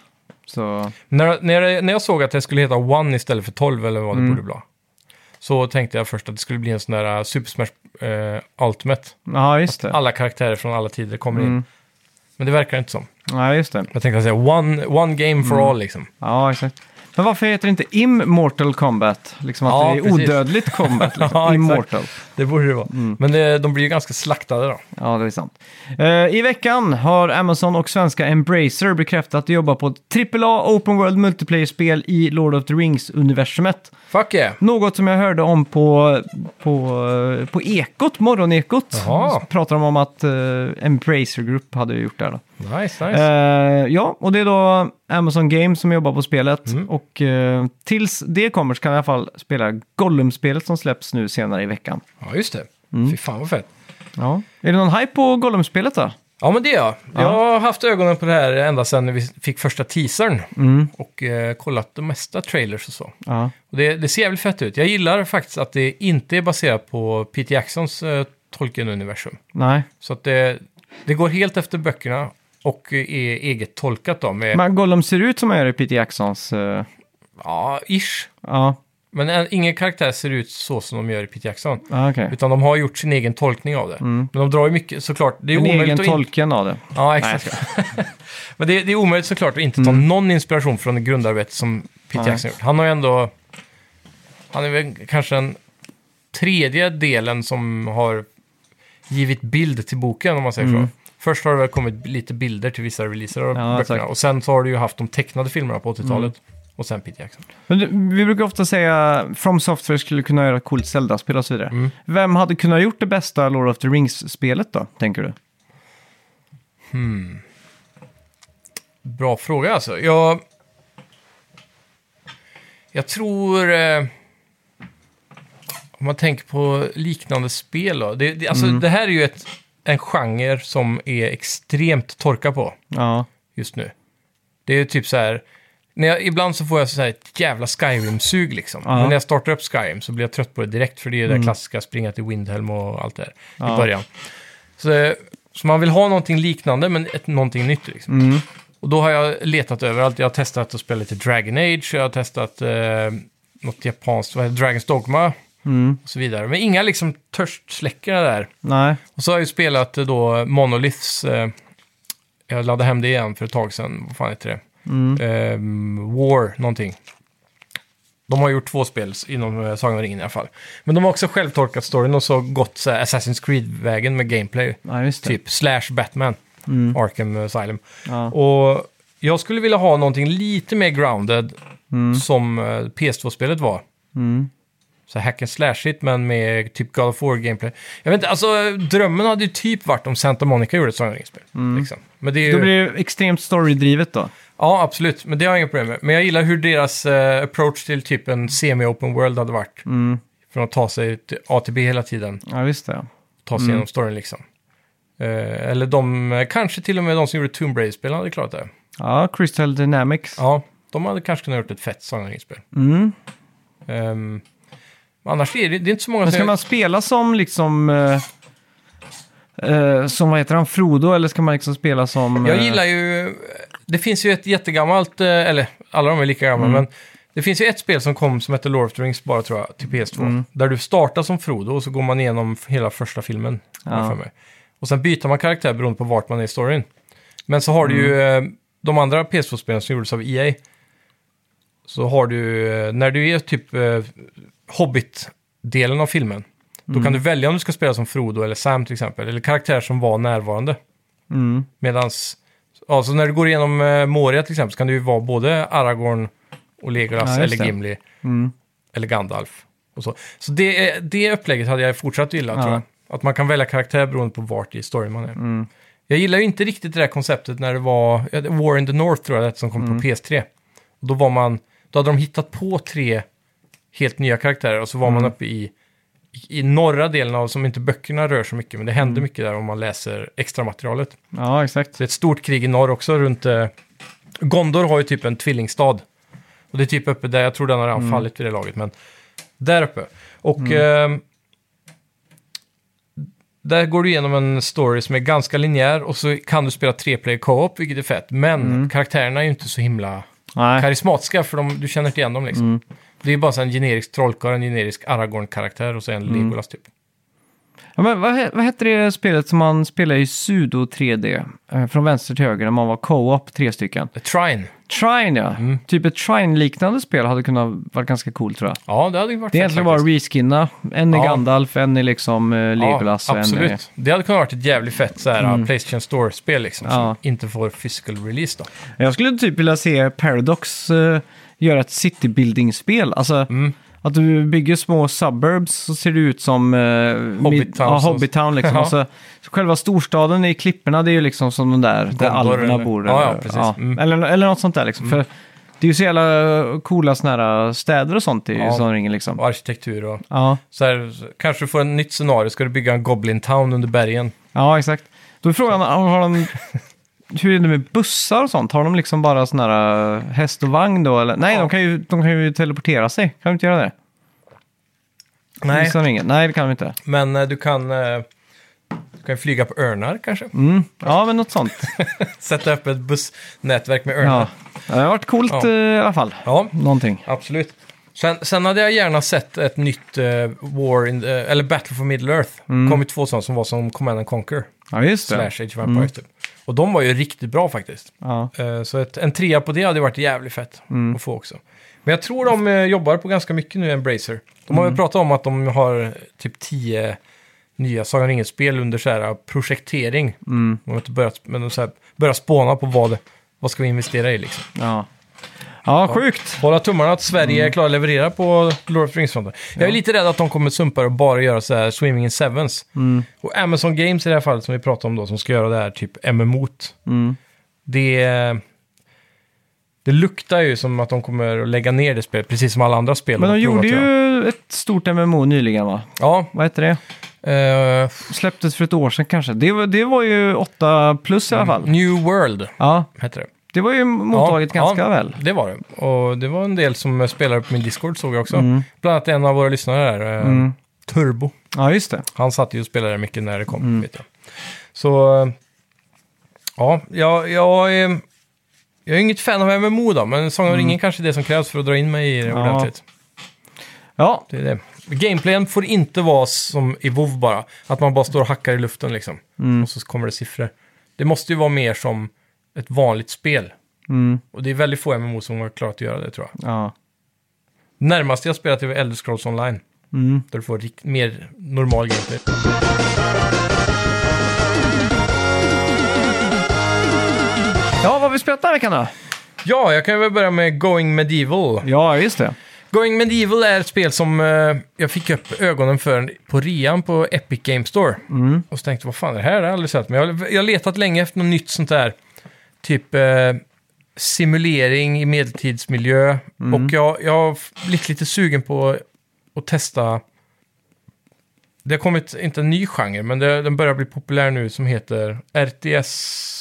Så, När jag såg att det skulle heta One istället för 12 eller vad det borde bli, så tänkte jag först att det skulle bli en sån där Super Smash Ultimate. ja, just det. Alla karaktärer från alla tider kommer in. Men det verkar inte som. Ja, just det. Jag tänkte säga one game for all liksom. Ja, exakt. Men varför heter det inte Immortal Kombat? Liksom att Ja, det är precis. odödligt combat. Liksom. Ja, exakt. Immortal. Det borde det vara. Men de blir ju ganska slaktade då. Ja, det är sant. I veckan har Amazon och svenska Embracer bekräftat att de jobbar på ett AAA Open World Multiplayer-spel i Lord of the Rings-universumet. Fuck yeah! Något som jag hörde om på Ekot, Morgonekot. Jaha. Pratar de om att Embracer Group hade gjort det här då. Nice. Ja, och det är då Amazon Games som jobbar på spelet. Och tills det kommer så kan jag i alla fall spela Gollum-spelet som släpps nu senare i veckan. Ja, just det. Fy fan vad fett. Ja. Är det någon hype på Gollum-spelet då? Ja, men det är jag. Jag har haft ögonen på det här ända sedan vi fick första teasern. Och kollat de mesta trailers och så. Ja. Och det ser jävligt fett ut. Jag gillar faktiskt att det inte är baserat på Peter Jacksons Tolkien-universum. Nej. Så att det går helt efter böckerna och är eget tolkat då. Men Gollum ser ut som han gör i Peter Jacksons... Ja, ish. Ja, Men ingen karaktär ser ut så som de gör i Peter Jackson. okej. Utan de har gjort sin egen tolkning av det. Men de drar ju mycket, såklart. Det är En omöjligt egen att tolken av det. Ja, exakt. Men det är omöjligt såklart att inte ta någon inspiration från det grundarbetet som Peter Jackson gjort. Han har ju ändå... Han är väl kanske den tredje delen som har givit bild till boken, om man säger så. Först har det väl kommit lite bilder till vissa releaser av böckerna. exakt. Och sen så har du ju haft de tecknade filmerna på 80-talet. Och sen Peter Jackson. Men vi brukar ofta säga att From Software skulle kunna göra ett coolt Zelda-spel och så vidare. Vem hade kunnat gjort det bästa Lord of the Rings-spelet då, tänker du? Bra fråga alltså. Jag tror... om man tänker på liknande spel då. Det här är ju en genre som är extremt torka på Ja, just nu. Det är typ så här... Ibland så får jag så här ett jävla Skyrim-sug liksom. Ja. Men när jag startar upp Skyrim så blir jag trött på det direkt. För det är det klassiska, springa till Windhelm och allt det där i början. Så man vill ha någonting liknande, men någonting nytt liksom. Och då har jag letat överallt. Jag har testat att spela lite Dragon Age. Jag har testat något japanskt, Dragon's Dogma och så vidare. Men inga liksom törstsläckare där. nej. Och så har jag ju spelat då Monoliths. Jag laddade hem det igen för ett tag sedan. Vad fan heter det? War någonting. De har gjort 2 spel inom Sagan om ringen i alla fall. Men de har också självtolkat storyn och så gått så här, Assassin's Creed-vägen med gameplay. Ja, just det. Typ / Batman, Arkham Asylum. Ja. Och jag skulle vilja ha någonting lite mer grounded som PS2-spelet var. Så hack and slashigt, men med typ God of War gameplay. Jag vet inte, alltså drömmen hade ju typ varit om Santa Monica gjorde ett Sagan om ringen-spel. Liksom. Men det är ju... Då blir det extremt storydrivet då. Ja, absolut. Men det har jag inga problem med. Men jag gillar hur deras approach till typ en semi-open world hade varit. Från att ta sig till A till B hela tiden. Ja, visst det. Ta sig igenom storyn liksom. Eller kanske till och med de som gjorde Tomb Raider-spelen hade klarat det. Ja, Crystal Dynamics. Ja, de hade kanske kunnat gjort ett fett Sagan om ringen-spel. Annars är det inte så många Men ska man spela som liksom... som vad heter han? Frodo? Eller ska man liksom spela som... Jag gillar ju... Det finns ju ett jättegammalt... eller alla de är lika gamla, men... Det finns ju ett spel som kom som heter Lord of the Rings bara, tror jag, till PS2. Där du startar som Frodo och så går man igenom hela första filmen. För mig. Och sen byter man karaktär beroende på vart man är i storyn. Men så har du ju de andra PS2-spelen som gjordes av EA. Så har du... när du är typ Hobbit-delen av filmen. Då kan du välja om du ska spela som Frodo eller Sam till exempel. Eller karaktärer som var närvarande. Medans... Alltså när du går igenom Moria till exempel så kan det ju vara både Aragorn och Legolas eller Gimli. Eller Gandalf. Och så det upplägget hade jag fortsatt gilla, tror jag. Att man kan välja karaktär beroende på vart i storyn man är. Jag gillar ju inte riktigt det där konceptet när det var War in the North, tror jag, det som kom på PS3. Och då hade de hittat på 3 helt nya karaktärer och så var man uppe i norra delen av, som inte böckerna rör så mycket, men det händer mycket där om man läser extra materialet. Ja, exakt. Så det är ett stort krig i norr också runt... Gondor har ju typ en tvillingstad. Och det är typ uppe där, jag tror den har redan fallit vid det laget, men där uppe. Och där går du igenom en story som är ganska linjär och så kan du spela 3-player co-op, vilket är fett. Men karaktärerna är ju inte så himla Nej. karismatiska för du känner inte igen dem liksom. Det är bara så en generisk trollkarl, en generisk Aragorn-karaktär och så en Legolas typ. Ja, men vad hette det spelet som man spelade i Sudo 3D? Från vänster till höger när man var co-op 3 stycken. Trine. Trine, ja. Typ ett Trine-liknande spel hade kunnat vara ganska coolt, tror jag. Ja, det hade ju varit Det är egentligen bara reskinna. En är Gandalf, en är liksom Legolas. Ja, och absolut. En är... Det hade kunnat varit ett jävligt fett så här, PlayStation Store-spel liksom, som inte får physical release då. Jag skulle typ vilja se Paradox göra ett city-building-spel. Alltså... Att du bygger små suburbs så ser det ut som Hobbit-town liksom. Och så själva storstaden i klipporna, det är ju liksom som de där alverna bor. Ja, precis. Ja. Eller något sånt där liksom. För det är ju så jävla coola såna här städer och sånt i Sagan liksom. Och arkitektur och så här, kanske du får en nytt scenario. Ska du bygga en Goblin Town under bergen? Ja, exakt. Då är frågan, har de... Hur är det med bussar och sånt? Har de liksom bara sån här häst och vagn då? Eller? Nej, de kan ju teleportera sig. Kan de inte göra det? Nej, det kan de inte. Men du kan flyga på örnar kanske? Ja, men något sånt. Sätta upp ett bussnätverk med örnar. Ja. Det har varit coolt i alla fall. Ja, någonting. Absolut. Sen hade jag gärna sett ett nytt eller Battle for Middle-earth. Kommit 2 sådana som var som Command & Conquer. Ja, just det. Slash Age of Empires typ. Och de var ju riktigt bra faktiskt. Ja. Så en 3 på det hade varit jävligt fett att få också. Men jag tror de jobbar på ganska mycket nu, Embracer. De har ju pratat om att de har typ 10 nya Sagan Ringen-spel under så här projektering. De har inte börjat spåna på vad ska vi investera i liksom. Ja, sjukt. Hålla tummarna att Sverige är klara att leverera på Lord of the Rings. Jag är lite rädd att de kommer sumpa och bara göra så här Swimming in Sevens. Och Amazon Games i det här fallet som vi pratade om då, som ska göra det här typ MMO't. Det luktar ju som att de kommer att lägga ner det spelet, precis som alla andra spel. Men de gjorde ju ett stort MMO nyligen, va? Ja. Vad heter det? Släpptes för ett år sedan kanske. Det var ju 8+ i alla fall. New World heter det. Det var ju mottaget ganska väl. Det var det. Och det var en del som spelade på min Discord, såg jag också. Bland annat en av våra lyssnare där, Turbo. Ja, just det. Han satt ju och spelade mycket när det kom, vet jag. Så, jag är inget fan av MMO då, men Sagan om ringen kanske är det som krävs för att dra in mig i det ordentligt. Ja. Det är det. Gameplayen får inte vara som i WoW bara. Att man bara står och hackar i luften liksom. Och så kommer det siffror. Det måste ju vara mer som ett vanligt spel. Och det är väldigt få MMO som har klarat att göra det, tror jag. Ja. Närmast jag spelat är Elder Scrolls Online. Där du får mer normal gameplay. Ja, vad har vi spelat den här veckan då? Ja, jag kan väl börja med Going Medieval. Ja, just det. Going Medieval är ett spel som jag fick upp ögonen för på rean på Epic Game Store. Och så tänkte, vad fan är det här? Det har jag aldrig sett. Men jag har letat länge efter något nytt sånt där. Typ simulering i medeltidsmiljö. Och jag har blivit lite sugen på att testa. Det har kommit, inte en ny genre, men den börjar bli populär nu, som heter RTS...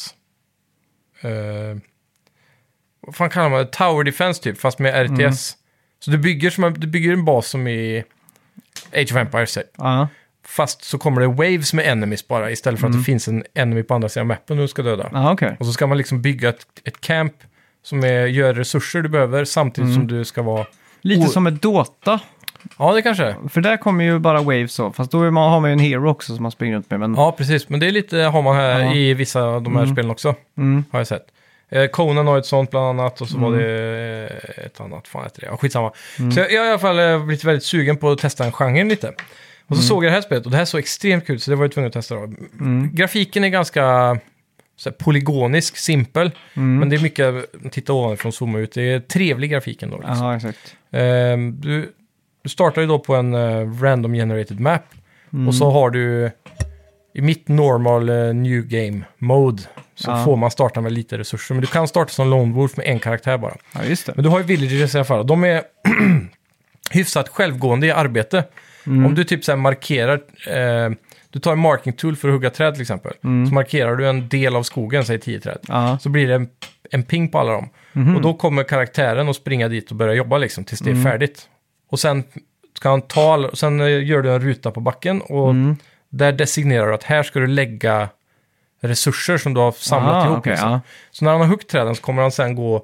vad fan kallar man det? Tower Defense typ, fast med RTS. Så du bygger en bas som i Age of Empires. Fast så kommer det waves med enemies bara, istället för att det finns en enemy på andra sidan mappen du ska döda. Okay. Och så ska man liksom bygga ett camp som gör resurser du behöver, samtidigt som du ska vara... Lite som ett Dota. Ja, det kanske. För där kommer ju bara waves så. Fast då har man ju en hero också som man springer runt med. Men... Ja, precis. Men det är lite, har man här i vissa av de här spelen också. Har jag sett. Conan har ett sånt bland annat. Och så var det ett annat. Fan heter det. Ja, skitsamma. Så jag har i alla fall blivit väldigt sugen på att testa en genre lite. Och så såg jag det här spelet. Och det här såg extremt kul. Så det var jag tvungen att testa då. Grafiken är ganska så här, polygonisk, simpel. Men det är mycket, titta ovanifrån, zooma ut. Det är trevlig grafik ändå. Liksom. Ja, exakt. Du startar ju då på en random generated map. Och så har du i mitt normal new game mode så får man starta med lite resurser. Men du kan starta som Lone Wolf med en karaktär bara. Ja, just det. Men du har ju villagers i alla fall. De är hyfsat självgående i arbete. Om du typ så här markerar... du tar en marking tool för att hugga träd till exempel. Så markerar du en del av skogen, säg 10 träd. Så blir det en ping på alla dem. Och då kommer karaktären att springa dit och börja jobba liksom, tills det är färdigt. Och sen ska han sen gör du en ruta på backen och där designerar du att här ska du lägga resurser som du har samlat ihop. Okay, liksom. Så när han har huggt träden så kommer han sen gå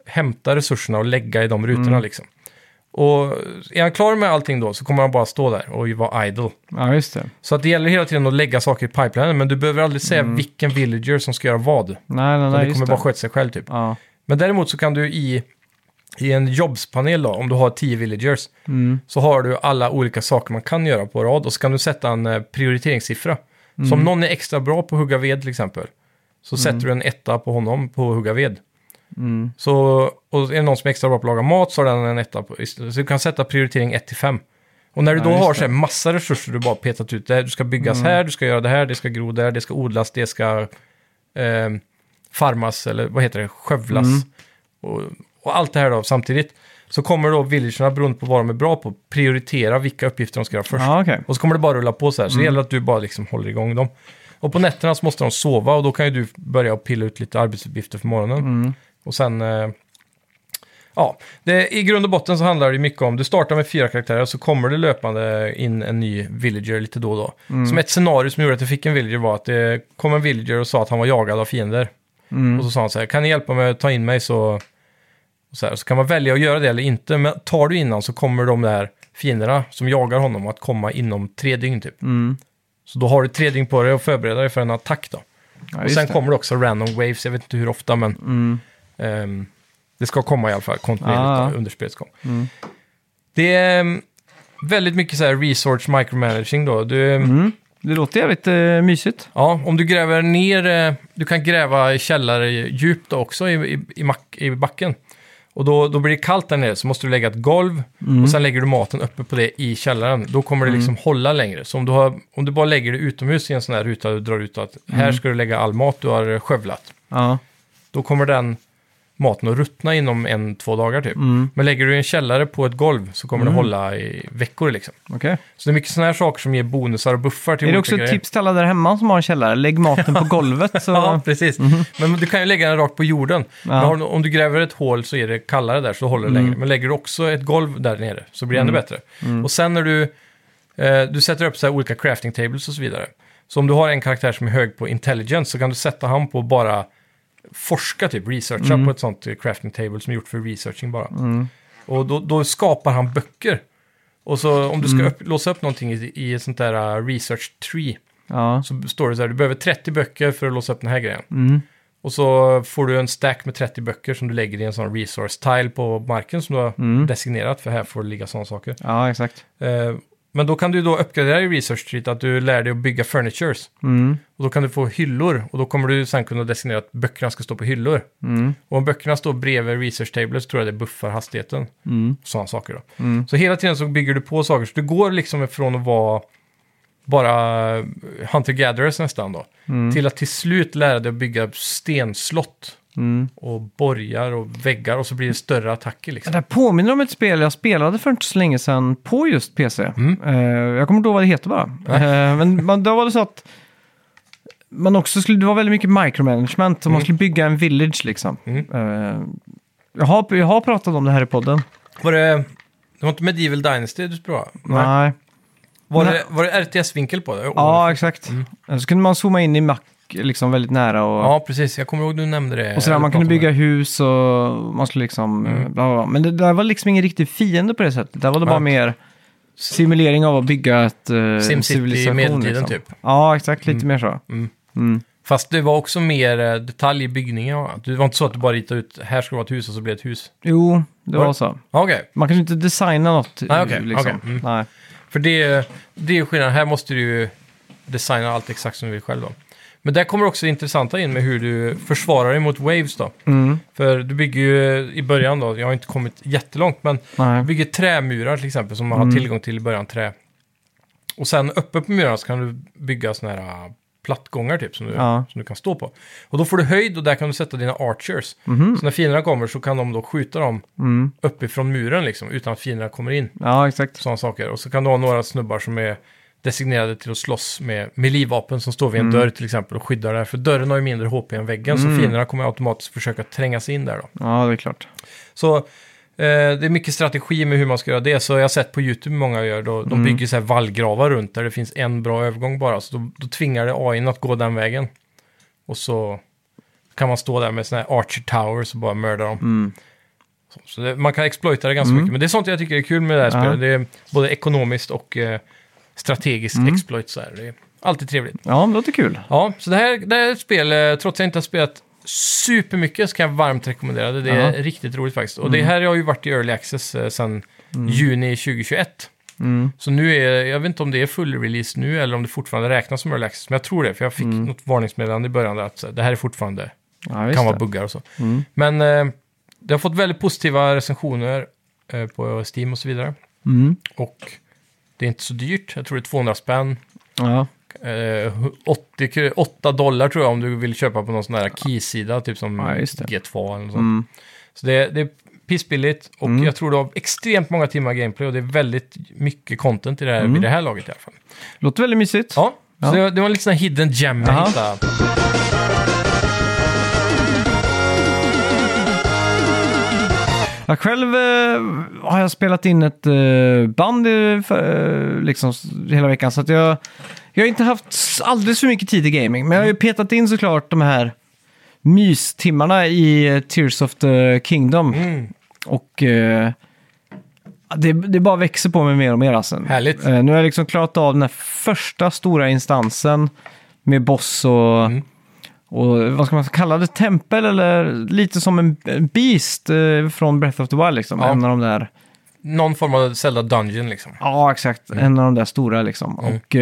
hämta resurserna och lägga i de rutorna liksom. Och är han klar med allting då så kommer han bara stå där och vara idle. Ja, just det. Så att det gäller hela tiden att lägga saker i pipelinen, men du behöver aldrig säga vilken villager som ska göra vad. Nej, det kommer bara sköta sig själv typ. Ja. Men däremot så kan du i en jobspanel då, om du har 10 villagers, så har du alla olika saker man kan göra på rad och så kan du sätta en prioriteringssiffra. Så om någon är extra bra på att hugga ved till exempel, så sätter du en 1 på honom på att hugga ved. Så, och är det någon som är extra bra på att laga mat så har den en 1 på. Så du kan sätta prioritering 1-5. Och när du då har så här massa resurser du bara petat ut där, du ska byggas här, du ska göra det här, det ska gro där, det ska odlas, det ska farmas eller vad heter det, skövlas. Och allt det här då samtidigt. Så kommer då villagerna, beroende på vad de är bra på, prioritera vilka uppgifter de ska göra först. Okay. Och så kommer det bara rulla på så här. Så det gäller att du bara liksom håller igång dem. Och på nätterna så måste de sova och då kan ju du börja pilla ut lite arbetsuppgifter för morgonen. Och sen, i grund och botten så handlar det mycket om, du startar med 4 karaktärer så kommer det löpande in en ny villager lite då och då. Som ett scenario som gjorde att jag fick en villager var att det kom en villager och sa att han var jagad av fiender. Och så sa han så här, kan ni hjälpa mig att ta in mig så kan man välja att göra det eller inte. Men tar du innan så kommer de där fienderna som jagar honom att komma inom 3 dygn typ. Så då har du 3 dygn på dig att förbereda dig för en attack då. Ja, och sen kommer det också random waves, jag vet inte hur ofta men det ska komma i alla fall kontinuerligt under spelets gång. Det är väldigt mycket så här resource micromanaging då. Det låter jävligt mysigt. Ja, om du gräver ner, du kan gräva i källare djupt också i backen. Och då blir det kallt där nere så måste du lägga ett golv och sen lägger du maten uppe på det i källaren. Då kommer det liksom hålla längre. Så om du bara lägger det utomhus i en sån här ruta och drar ut att här ska du lägga all mat du har skövlat. Då kommer den maten att ruttna inom 1-2 dagar typ. Men lägger du en källare på ett golv så kommer det hålla i veckor liksom. Okay. Så det är mycket sådana här saker som ger bonusar och buffar till olika grejer. Är det också ett tips till alla där hemma som har en källare? Lägg maten på golvet. Så... Ja, precis. Men du kan ju lägga den rakt på jorden. Men om du gräver ett hål så är det kallare där så håller det längre. Men lägger du också ett golv där nere så blir det ännu bättre. Och sen när du sätter upp så här olika crafting tables och så vidare. Så om du har en karaktär som är hög på intelligence så kan du sätta han på bara forska, typ researcha på ett sånt crafting table som är gjort för researching bara. Och då skapar han böcker. Och så om du ska låsa upp någonting i ett sånt där research tree så står det så här, du behöver 30 böcker för att låsa upp den här grejen. Och så får du en stack med 30 böcker som du lägger i en sån resource tile på marken som du har designerat, för här får det ligga sådana saker. Ja, exakt. Men då kan du då uppgradera i research treet att du lär dig att bygga furnitures. Och då kan du få hyllor och då kommer du sen kunna designera att böckerna ska stå på hyllor. Och om böckerna står bredvid research table så tror jag det buffar hastigheten. Sådana saker då. Så hela tiden så bygger du på saker. Så du går liksom ifrån att vara bara hunter-gatherers nästan då. Till att till slut lära dig att bygga stenslott. Och borgar och väggar och så blir det större attacker liksom. Det här påminner om ett spel jag spelade för inte så länge sedan på just PC. Jag kommer inte ihåg vad det heter bara. Men då var det så att man också det var väldigt mycket micromanagement och man skulle bygga en village liksom. Jag har pratat om det här i podden. Det var inte Medieval Dynasty du spelade? Nej. Var det RTS-vinkel på det? Ja, exakt. Så kunde man zooma in i Mac liksom väldigt nära. Ja, precis. Jag kommer ihåg du nämnde det. Och så där man kunde bygga hus och man skulle liksom... Bla bla bla. Men det där var liksom ingen riktig fiende på det sättet. Det var det bara mer simulering av att bygga ett SimCity i medeltiden liksom. Typ. Ja, exakt. Lite mer så. Fast det var också mer detalj i byggningen. Ja. Det var inte så att du bara ritade ut, här ska det vara ett hus och så blev det ett hus. Jo, det var så. Okay. Man kanske inte designa något. Liksom. Nej. För det är skillnaden. Här måste du ju designa allt exakt som du vill själv då. Men där kommer också det intressanta in med hur du försvarar dig mot waves då. För du bygger ju i början då, jag har inte kommit jättelångt, men du bygger trämurar till exempel som man har tillgång till i början, trä. Och sen uppe på murarna så kan du bygga såna här plattgångar typ som du kan stå på. Och då får du höjd och där kan du sätta dina archers. Så när fienderna kommer så kan de då skjuta dem uppifrån muren liksom, utan att fienderna kommer in. Ja, exakt. Sådana saker. Och så kan du ha några snubbar som är designerade till att slåss med livvapen som står vid en dörr till exempel och skyddar där. För dörren har ju mindre HP än väggen så fienderna kommer automatiskt försöka tränga sig in där då. Ja, det är klart. Så det är mycket strategi med hur man ska göra det. Så jag har sett på YouTube hur många gör. De bygger så här vallgravar runt där det finns en bra övergång bara. Så då tvingar det AI:n att gå den vägen. Och så kan man stå där med såna här Archer Towers och bara mörda dem. Så man kan exploita det ganska mycket. Men det är sånt jag tycker är kul med det här spelet. Det är både ekonomiskt och strategiskt exploit. Så här. Det är alltid trevligt. Ja, det låter kul. Ja, så det här är ett spel, trots att jag inte har spelat supermycket, så kan jag varmt rekommendera det. Det är riktigt roligt faktiskt. Och det här har ju varit i Early Access sedan juni 2021. Så nu jag vet inte om det är full release nu eller om det fortfarande räknas som Early Access. Men jag tror det, för jag fick något varningsmeddelande i början där att det här är fortfarande, kan vara buggar och så. Men det har fått väldigt positiva recensioner på Steam och så vidare. Och det är inte så dyrt. Jag tror det är 200 spänn. Ja. $8 tror jag om du vill köpa på någon sån här keysida, typ som G2 eller något sånt. Så det är pissbilligt och jag tror det har extremt många timmar gameplay och det är väldigt mycket content i det här, vid det här laget i alla fall. Låter väldigt mysigt. Ja, så det var en liten sån här hidden gem jag hittade. Jag själv har jag spelat in ett band liksom hela veckan, så att jag har inte haft alldeles för mycket tid i gaming, men jag har ju petat in såklart de här mystimmarna i Tears of the Kingdom. Och det bara växer på mig mer och mer. Alltså. Härligt. Nu har jag liksom klarat av den här första stora instansen med boss och vad ska man kalla det? Tempel eller lite som en beast från Breath of the Wild liksom. En av de där... Någon form av Zelda Dungeon liksom. Ja, exakt. En av de där stora liksom. Och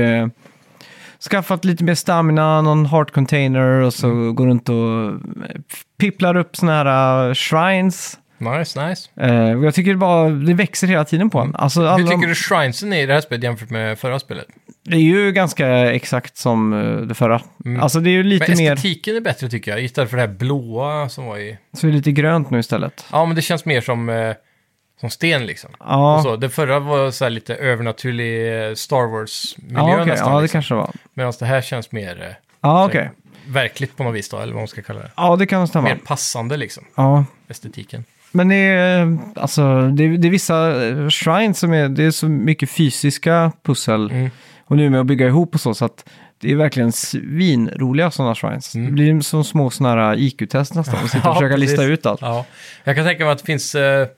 skaffat lite mer stamina, någon heart container och så går runt och pipplar upp såna här shrines. Nice. Jag tycker det växer hela tiden på en. Alltså, hur tycker du shrinesen är i det här spelet jämfört med förra spelet? Det är ju ganska exakt som det förra. Alltså det är ju lite mer... Men estetiken är bättre tycker jag, istället för det här blåa som var i... Så är det lite grönt nu istället. Ja, men det känns mer som sten liksom. Ja. Och så. Det förra var så här lite övernaturlig Star Wars-miljö nästan. Ja, det liksom. kanske det var. Medan det här känns mer verkligt på något vis då, eller vad man ska kalla det. Ja, det kan stämma. Mer passande liksom, estetiken. Men det är, alltså, det är vissa shrines som det är så mycket fysiska pussel och nu med att bygga ihop och så att det är verkligen svinroliga sådana shrines. Det blir som små sådana här IQ-test nästan och sitta och försöka lista ut allt. Ja. Jag kan tänka mig att det finns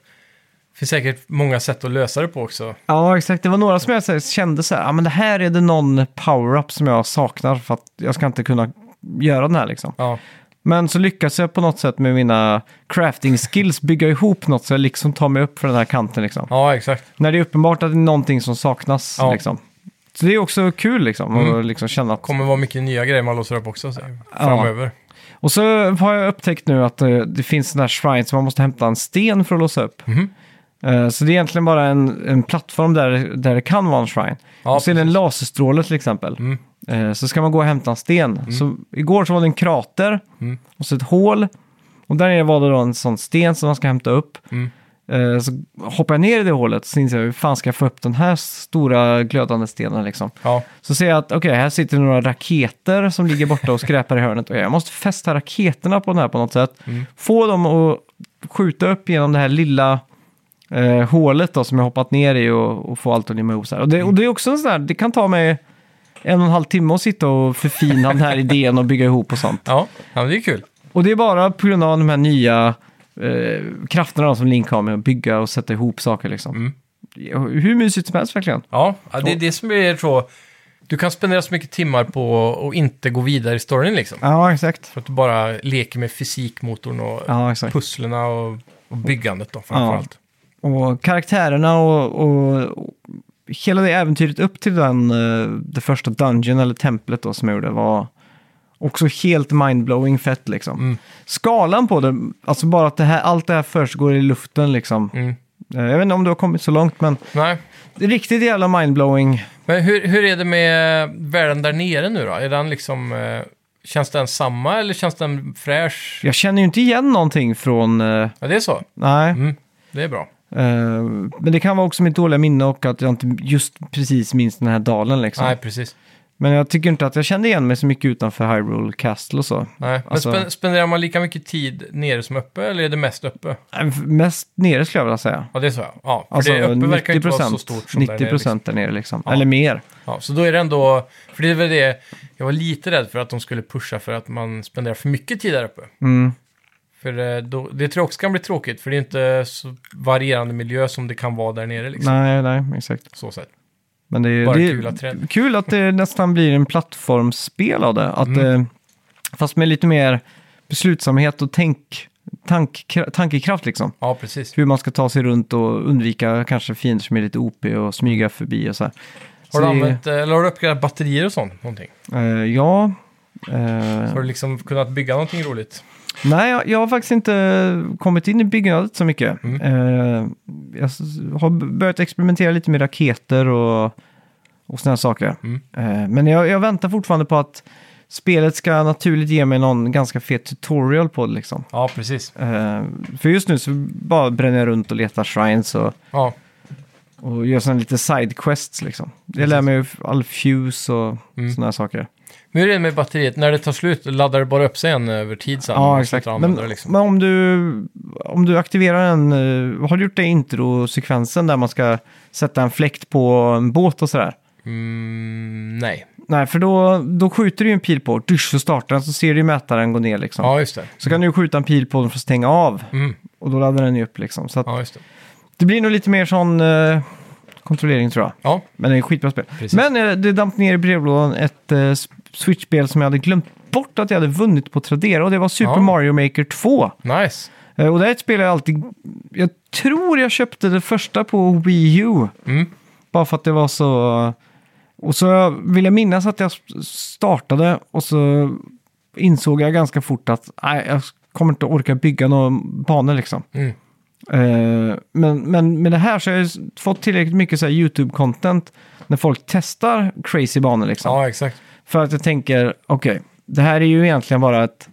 säkert många sätt att lösa det på också. Ja, exakt. Det var några som jag kände så här, men det här är det någon power-up som jag saknar för att jag ska inte kunna göra den här liksom. Ja. Men så lyckas jag på något sätt med mina crafting skills bygga ihop något så jag liksom tar mig upp för den här kanten liksom. Ja, exakt. När det är uppenbart att det är någonting som saknas liksom. Så det är också kul liksom, att liksom känna att... Det kommer vara mycket nya grejer man låser upp också framöver. Och så har jag upptäckt nu att det finns sådana här shrines som man måste hämta en sten för att låsa upp. Så det är egentligen bara en plattform där det kan vara en shrine. Ja, och så är det en laserstråle till exempel. Så ska man gå och hämta en sten. Så igår så var det en krater och så ett hål. Och där nere var det då en sån sten som man ska hämta upp. Så hoppar jag ner i det hålet så inser jag hur fan ska jag få upp den här stora glödande stenen liksom. Ja. Så ser jag att okej, här sitter några raketer som ligger borta och skräpar i hörnet. Och jag måste fästa raketerna på den här på något sätt. Få dem att skjuta upp genom det här lilla hålet då, som jag hoppat ner i och få allt att limma ihop så här. Och det är också en sån där, det kan ta mig 1,5 timme att sitta och förfina den här idén och bygga ihop och sånt. Ja, det är kul. Och det är bara på grund av de här nya krafterna som Link har med att bygga och sätta ihop saker liksom. Hur mysigt som helst verkligen. Ja, det är det som är så... Du kan spendera så mycket timmar på att inte gå vidare i storyn liksom. Ja, exakt. För att du bara leker med fysikmotorn och pusslerna och byggandet då framförallt. Och karaktärerna och hela det äventyret upp till det första dungeon eller templet då som jag gjorde var också helt mindblowing fett liksom. Skalan på det, alltså bara att allt det här först går i luften liksom. Jag vet inte om du har kommit så långt, men nej. Det är riktigt jävla mindblowing. Men hur är det med världen där nere nu då? Är den liksom... Känns den samma eller känns den fräsch? Jag känner ju inte igen någonting från... Ja, det är så? Nej. Det är bra. Men det kan vara också mitt dåliga minne och att jag inte just precis minns den här dalen liksom. Nej, precis. Men jag tycker inte att jag kände igen mig så mycket utanför Hyrule Castle och så. Nej, men spenderar man lika mycket tid nere som uppe eller är det mest uppe? Mest nere skulle jag vilja säga. Ja, det är så. Ja, för alltså, det uppe verkar inte vara så stort som 90% där nere. Liksom. Där nere liksom. Ja. Eller mer. Ja, så då är det ändå... För det är väl det... Jag var lite rädd för att de skulle pusha för att man spenderar för mycket tid där uppe. För det tror jag också kan bli tråkigt, för det är inte så varierande miljö som det kan vara där nere liksom. Nej, exakt. Så sätt. Men det är, Bara det kul är kul att det nästan blir en plattformsspel av det. Att, fast med lite mer beslutsamhet och tankekraft liksom. Ja, precis. Hur man ska ta sig runt och undvika kanske fiender som är lite OP och smyga förbi och så här. Har du använt, eller har du uppgraderat batterier och sånt? Någonting? Ja. Har du liksom kunnat bygga någonting roligt? Nej, jag har faktiskt inte kommit in i byggandet så mycket. Jag har börjat experimentera lite med raketer och såna här saker. Men jag väntar fortfarande på att spelet ska naturligt ge mig någon ganska fet tutorial på det liksom. Ja, precis. För just nu så bara bränner jag runt och letar shrines och gör sådana lite sidequests liksom. Jag lär mig all fuse och sådana här saker. Men hur är det med batteriet? När det tar slut, laddar det bara upp sig en över tid sen? Ja, exakt. Men om du aktiverar har du gjort det i introsekvensen där man ska sätta en fläkt på en båt och sådär? Nej. Nej, för då skjuter du ju en pil på, så startar den, så ser du ju mätaren gå ner liksom. Ja, just det. Så kan du skjuta en pil på den för att stänga av. Och då laddar den ju upp liksom. Så att Ja, just det. det blir nog lite mer sån kontrollering tror jag. Ja. Men det är ett skitbra spel. Precis. Men det damp ner i brevlådan ett Switch-spel som jag hade glömt bort att jag hade vunnit på Tradera. Och det var Super Mario Maker 2. Nice. Och det är ett spel jag tror jag köpte det första på Wii U. Bara för att det var så... Och så vill jag minnas att jag startade och så insåg jag ganska fort att jag kommer inte orka bygga några banor liksom. Men med det här så har jag fått tillräckligt mycket så här YouTube-content när folk testar crazy banor liksom. Ja, exakt. För att jag tänker, okej, det här är ju egentligen bara ett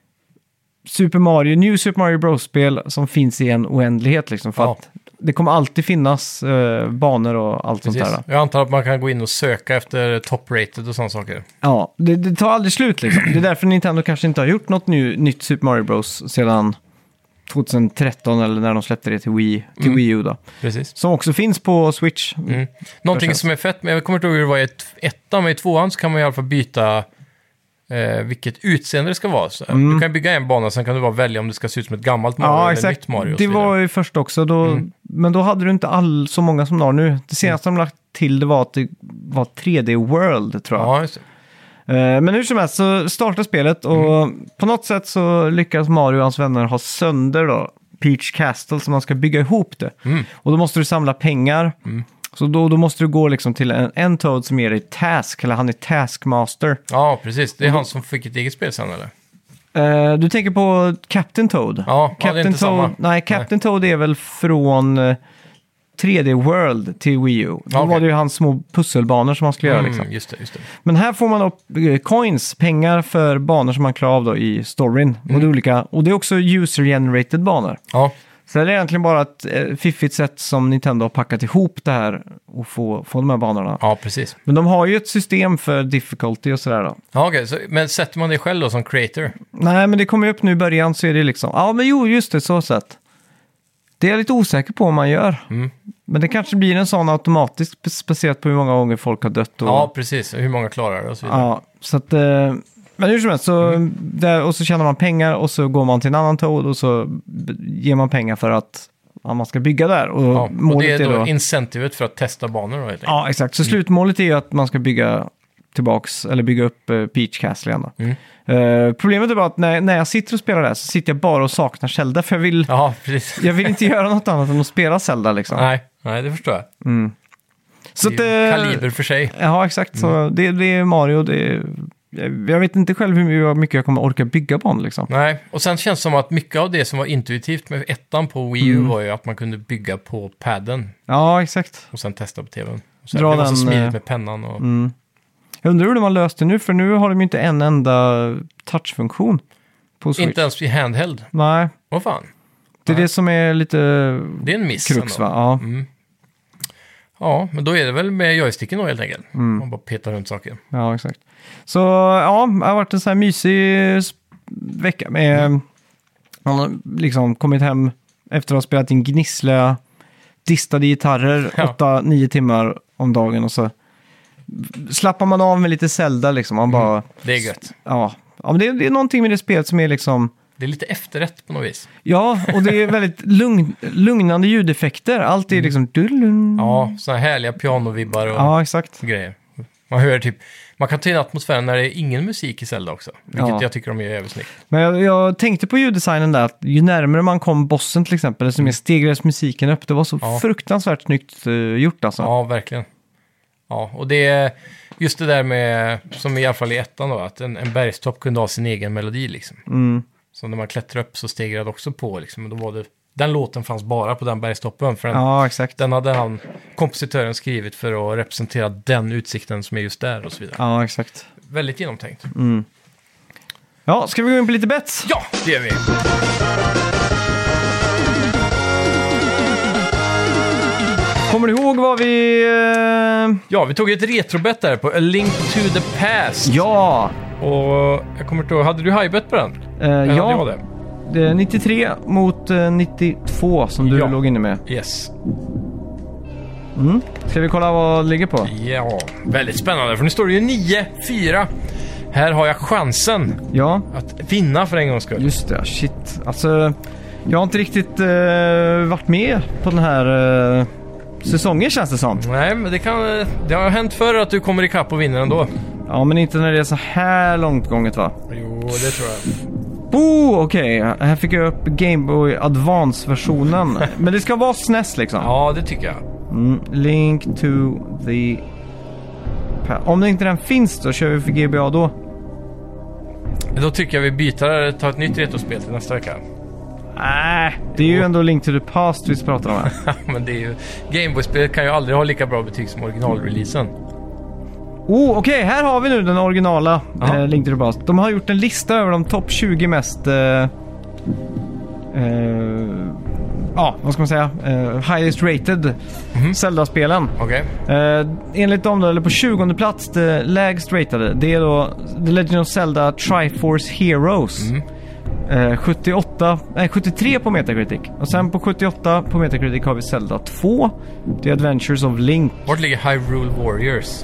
New Super Mario Bros-spel som finns i en oändlighet liksom. För att det kommer alltid finnas banor och allt sånt där. Jag antar att man kan gå in och söka efter top-rated och sådana saker. Ja, det tar aldrig slut liksom. Det är därför Nintendo kanske inte har gjort något nytt Super Mario Bros sedan 2013 eller när de släppte det till Wii U då. Precis. Som också finns på Switch. Någonting som är fett, men jag kommer inte ihåg hur det var i ettan, men i tvåan så kan man i alla fall byta vilket utseende det ska vara. Så du kan bygga en bana, sen kan du bara välja om det ska se ut som ett gammalt Mario eller exakt. nytt Mario. Det var ju först också, men då hade du inte så många som har nu. Det senaste de lagt till det var att det var 3D World, tror jag. Ja, just det. Men hur som helst så startar spelet och på något sätt så lyckas Mario och hans vänner ha sönder då Peach Castle, så man ska bygga ihop det. Och då måste du samla pengar. Så då måste du gå liksom till en Toad som ger dig task, eller han är taskmaster. Ja, precis. Det är han som fick ett eget spel sen, eller? Du tänker på Captain Toad? Ja, det är inte samma. Nej, Captain Toad är väl från 3D World till Wii U. Då var det ju hans små pusselbanor som man skulle göra liksom. Just det. Men här får man upp coins, pengar för banor som man klarar av då i storyn. Och det är också user-generated banor. Ja. Så det är egentligen bara ett fiffigt sätt som Nintendo har packat ihop det här och få de här banorna. Ja, precis. Men de har ju ett system för difficulty och sådär då. Ja, okej. Men sätter man det själv då som creator? Nej, men det kommer ju upp nu i början så är det liksom... Ja, men just det, så sätt. Det är jag lite osäker på om man gör. Men det kanske blir en sån automatiskt speciellt på hur många gånger folk har dött. Ja, precis. Hur många klarar det och så vidare. Ja, så att... Men hur som helst, och så tjänar man pengar och så går man till en annan Toad och så ger man pengar för att man ska bygga där. Och, det är då incentivet för att testa banor då, helt enkelt. Ja, exakt. Så slutmålet är ju att man ska bygga upp Peach Castle igen då. Problemet är bara att när jag sitter och spelar där så sitter jag bara och saknar Zelda, för jag vill inte göra något annat än att spela Zelda liksom. Nej, det förstår jag. Så det är kaliber för sig. Ja, exakt. Så det är Mario, jag vet inte själv hur mycket jag kommer orka bygga banor liksom. Nej, och sen känns det som att mycket av det som var intuitivt med ettan på Wii U var ju att man kunde bygga på padden. Ja, exakt. Och sen testa på tvn. Och sen det var så smidigt med pennan. Och... Jag undrar hur man löste det nu, för nu har de ju inte en enda touchfunktion på Switch. Inte ens i handheld? Nej. Vad fan? Det är det som är lite... Det är en miss krux, ändå. Va? Ja. Ja, men då är det väl med joysticken då helt enkelt. Man bara petar runt saker. Ja, exakt. Så ja, det har varit en sån här mysig vecka med... Man har liksom kommit hem efter att ha spelat in gnissliga distade gitarrer 8-9 timmar om dagen och så slappar man av med lite Zelda liksom. Man bara... Det är gött. Ja, men det är någonting med det spelet som är liksom Det är lite efterrätt på något vis. Ja, och det är väldigt lugnande ljudeffekter. Allt är liksom... Ja, sådana härliga pianovibbar och Ja, exakt. grejer. Man hör typ... Man kan ta in atmosfären när det är ingen musik i Zelda också. Vilket jag tycker de gör jävligt snyggt. Men jag tänkte på ljuddesignen där, att ju närmare man kom bossen till exempel, desto mer stegrades musiken upp. Det var så fruktansvärt snyggt gjort alltså. Ja, verkligen. Ja, och det är just det där med, som i alla fall i ettan då, att en bergstopp kunde ha sin egen melodi liksom. Så när man klättrar upp så stegrade också på liksom. Och då var det, den låten fanns bara på den bergstoppen. För exakt. Den hade kompositören skrivit för att representera den utsikten som är just där och så vidare. Ja, exakt. Väldigt genomtänkt. Ja, ska vi gå in på lite bets? Ja, det gör vi. Kommer du ihåg vad vi... Ja, vi tog ett retrobett där på A Link to the Past. Ja! Och jag kommer inte ihåg, hade du highbet på den? Ja, det är 93 mot 92 som du låg inne med. Yes. Ska vi kolla vad det ligger på? Ja, väldigt spännande, för nu står det ju 9-4. Här har jag chansen att vinna för en gångs skull. Just det, shit. Alltså, jag har inte riktigt varit med på den här säsongen, känns det som. Nej, men det har hänt förr att du kommer ikapp och vinner ändå. Ja, men inte när det är så här långt gånget, va? Jo, det tror jag. Okej. Här fick jag upp Game Boy Advance-versionen. Men det ska vara SNES liksom. Ja, det tycker jag. Link to the... Om det inte den finns då, kör vi för GBA då? Då tycker jag vi byter, tar ett nytt retrospel till nästa vecka. Det är ju ändå Link to the Past vi pratar om här. Men det är ju... Game Boy-spelet kan ju aldrig ha lika bra betyg som originalreleasen. Okej, här har vi nu den originala Link to the Past. De har gjort en lista över de topp 20 mest... vad ska man säga? Highest rated Zelda-spelen. Okej. Enligt dem då, eller på 20:e plats, det lägst ratade, det är då The Legend of Zelda Triforce Heroes. 73 på Metacritic. Och sen på 78 på Metacritic har vi Zelda 2. The Adventures of Link. Vart ligger Hyrule Warriors?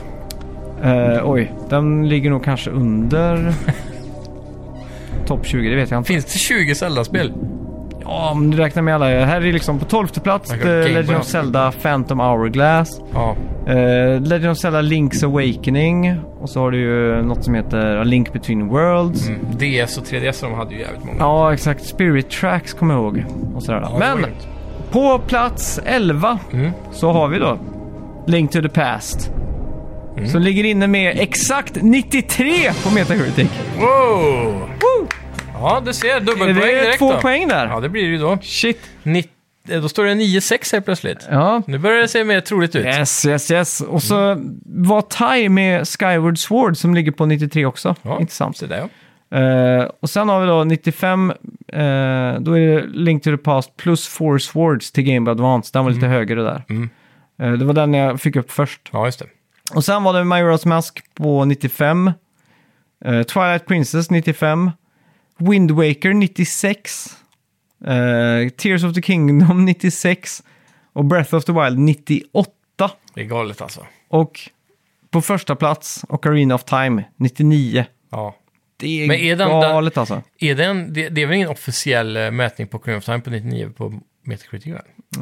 Den ligger nog kanske under topp 20, det vet jag inte. Finns det 20 Zelda-spel? Ja, om du räknar med alla. Här är liksom på 12:e plats Legend of Zelda Phantom Hourglass. Legend of Zelda Link's Awakening. Och så har du ju något som heter A Link Between Worlds. DS och 3DS, de hade ju jävligt många. Ja, exakt. Spirit Tracks kommer jag ihåg. Och sådär. Men på plats 11 så har vi då Link to the Past. Som ligger inne med exakt 93 på Metacritic. Wow! Woo! Ja, du ser, dubbelpoäng direkt. Är det 2 poäng där? Ja, det blir det ju då. Shit. Då står det 9-6 här plötsligt. Ja. Nu börjar det se mer troligt ut. Yes. Och så var tie med Skyward Sword som ligger på 93 också. Ja, intressant. Så där, och sen har vi då 95, då är det Link to the Past plus Four Swords till Game Boy Advance. Den var lite högre där. Det var den jag fick upp först. Ja, just det. Och sen var det Majora's Mask på 95. Twilight Princess 95. Wind Waker 96. Tears of the Kingdom 96. Och Breath of the Wild 98. Det är galet alltså. Och på första plats Ocarina of Time 99. Ja. Det är galet alltså. Det är väl ingen officiell mätning på Ocarina of Time på 99 på Metacritic?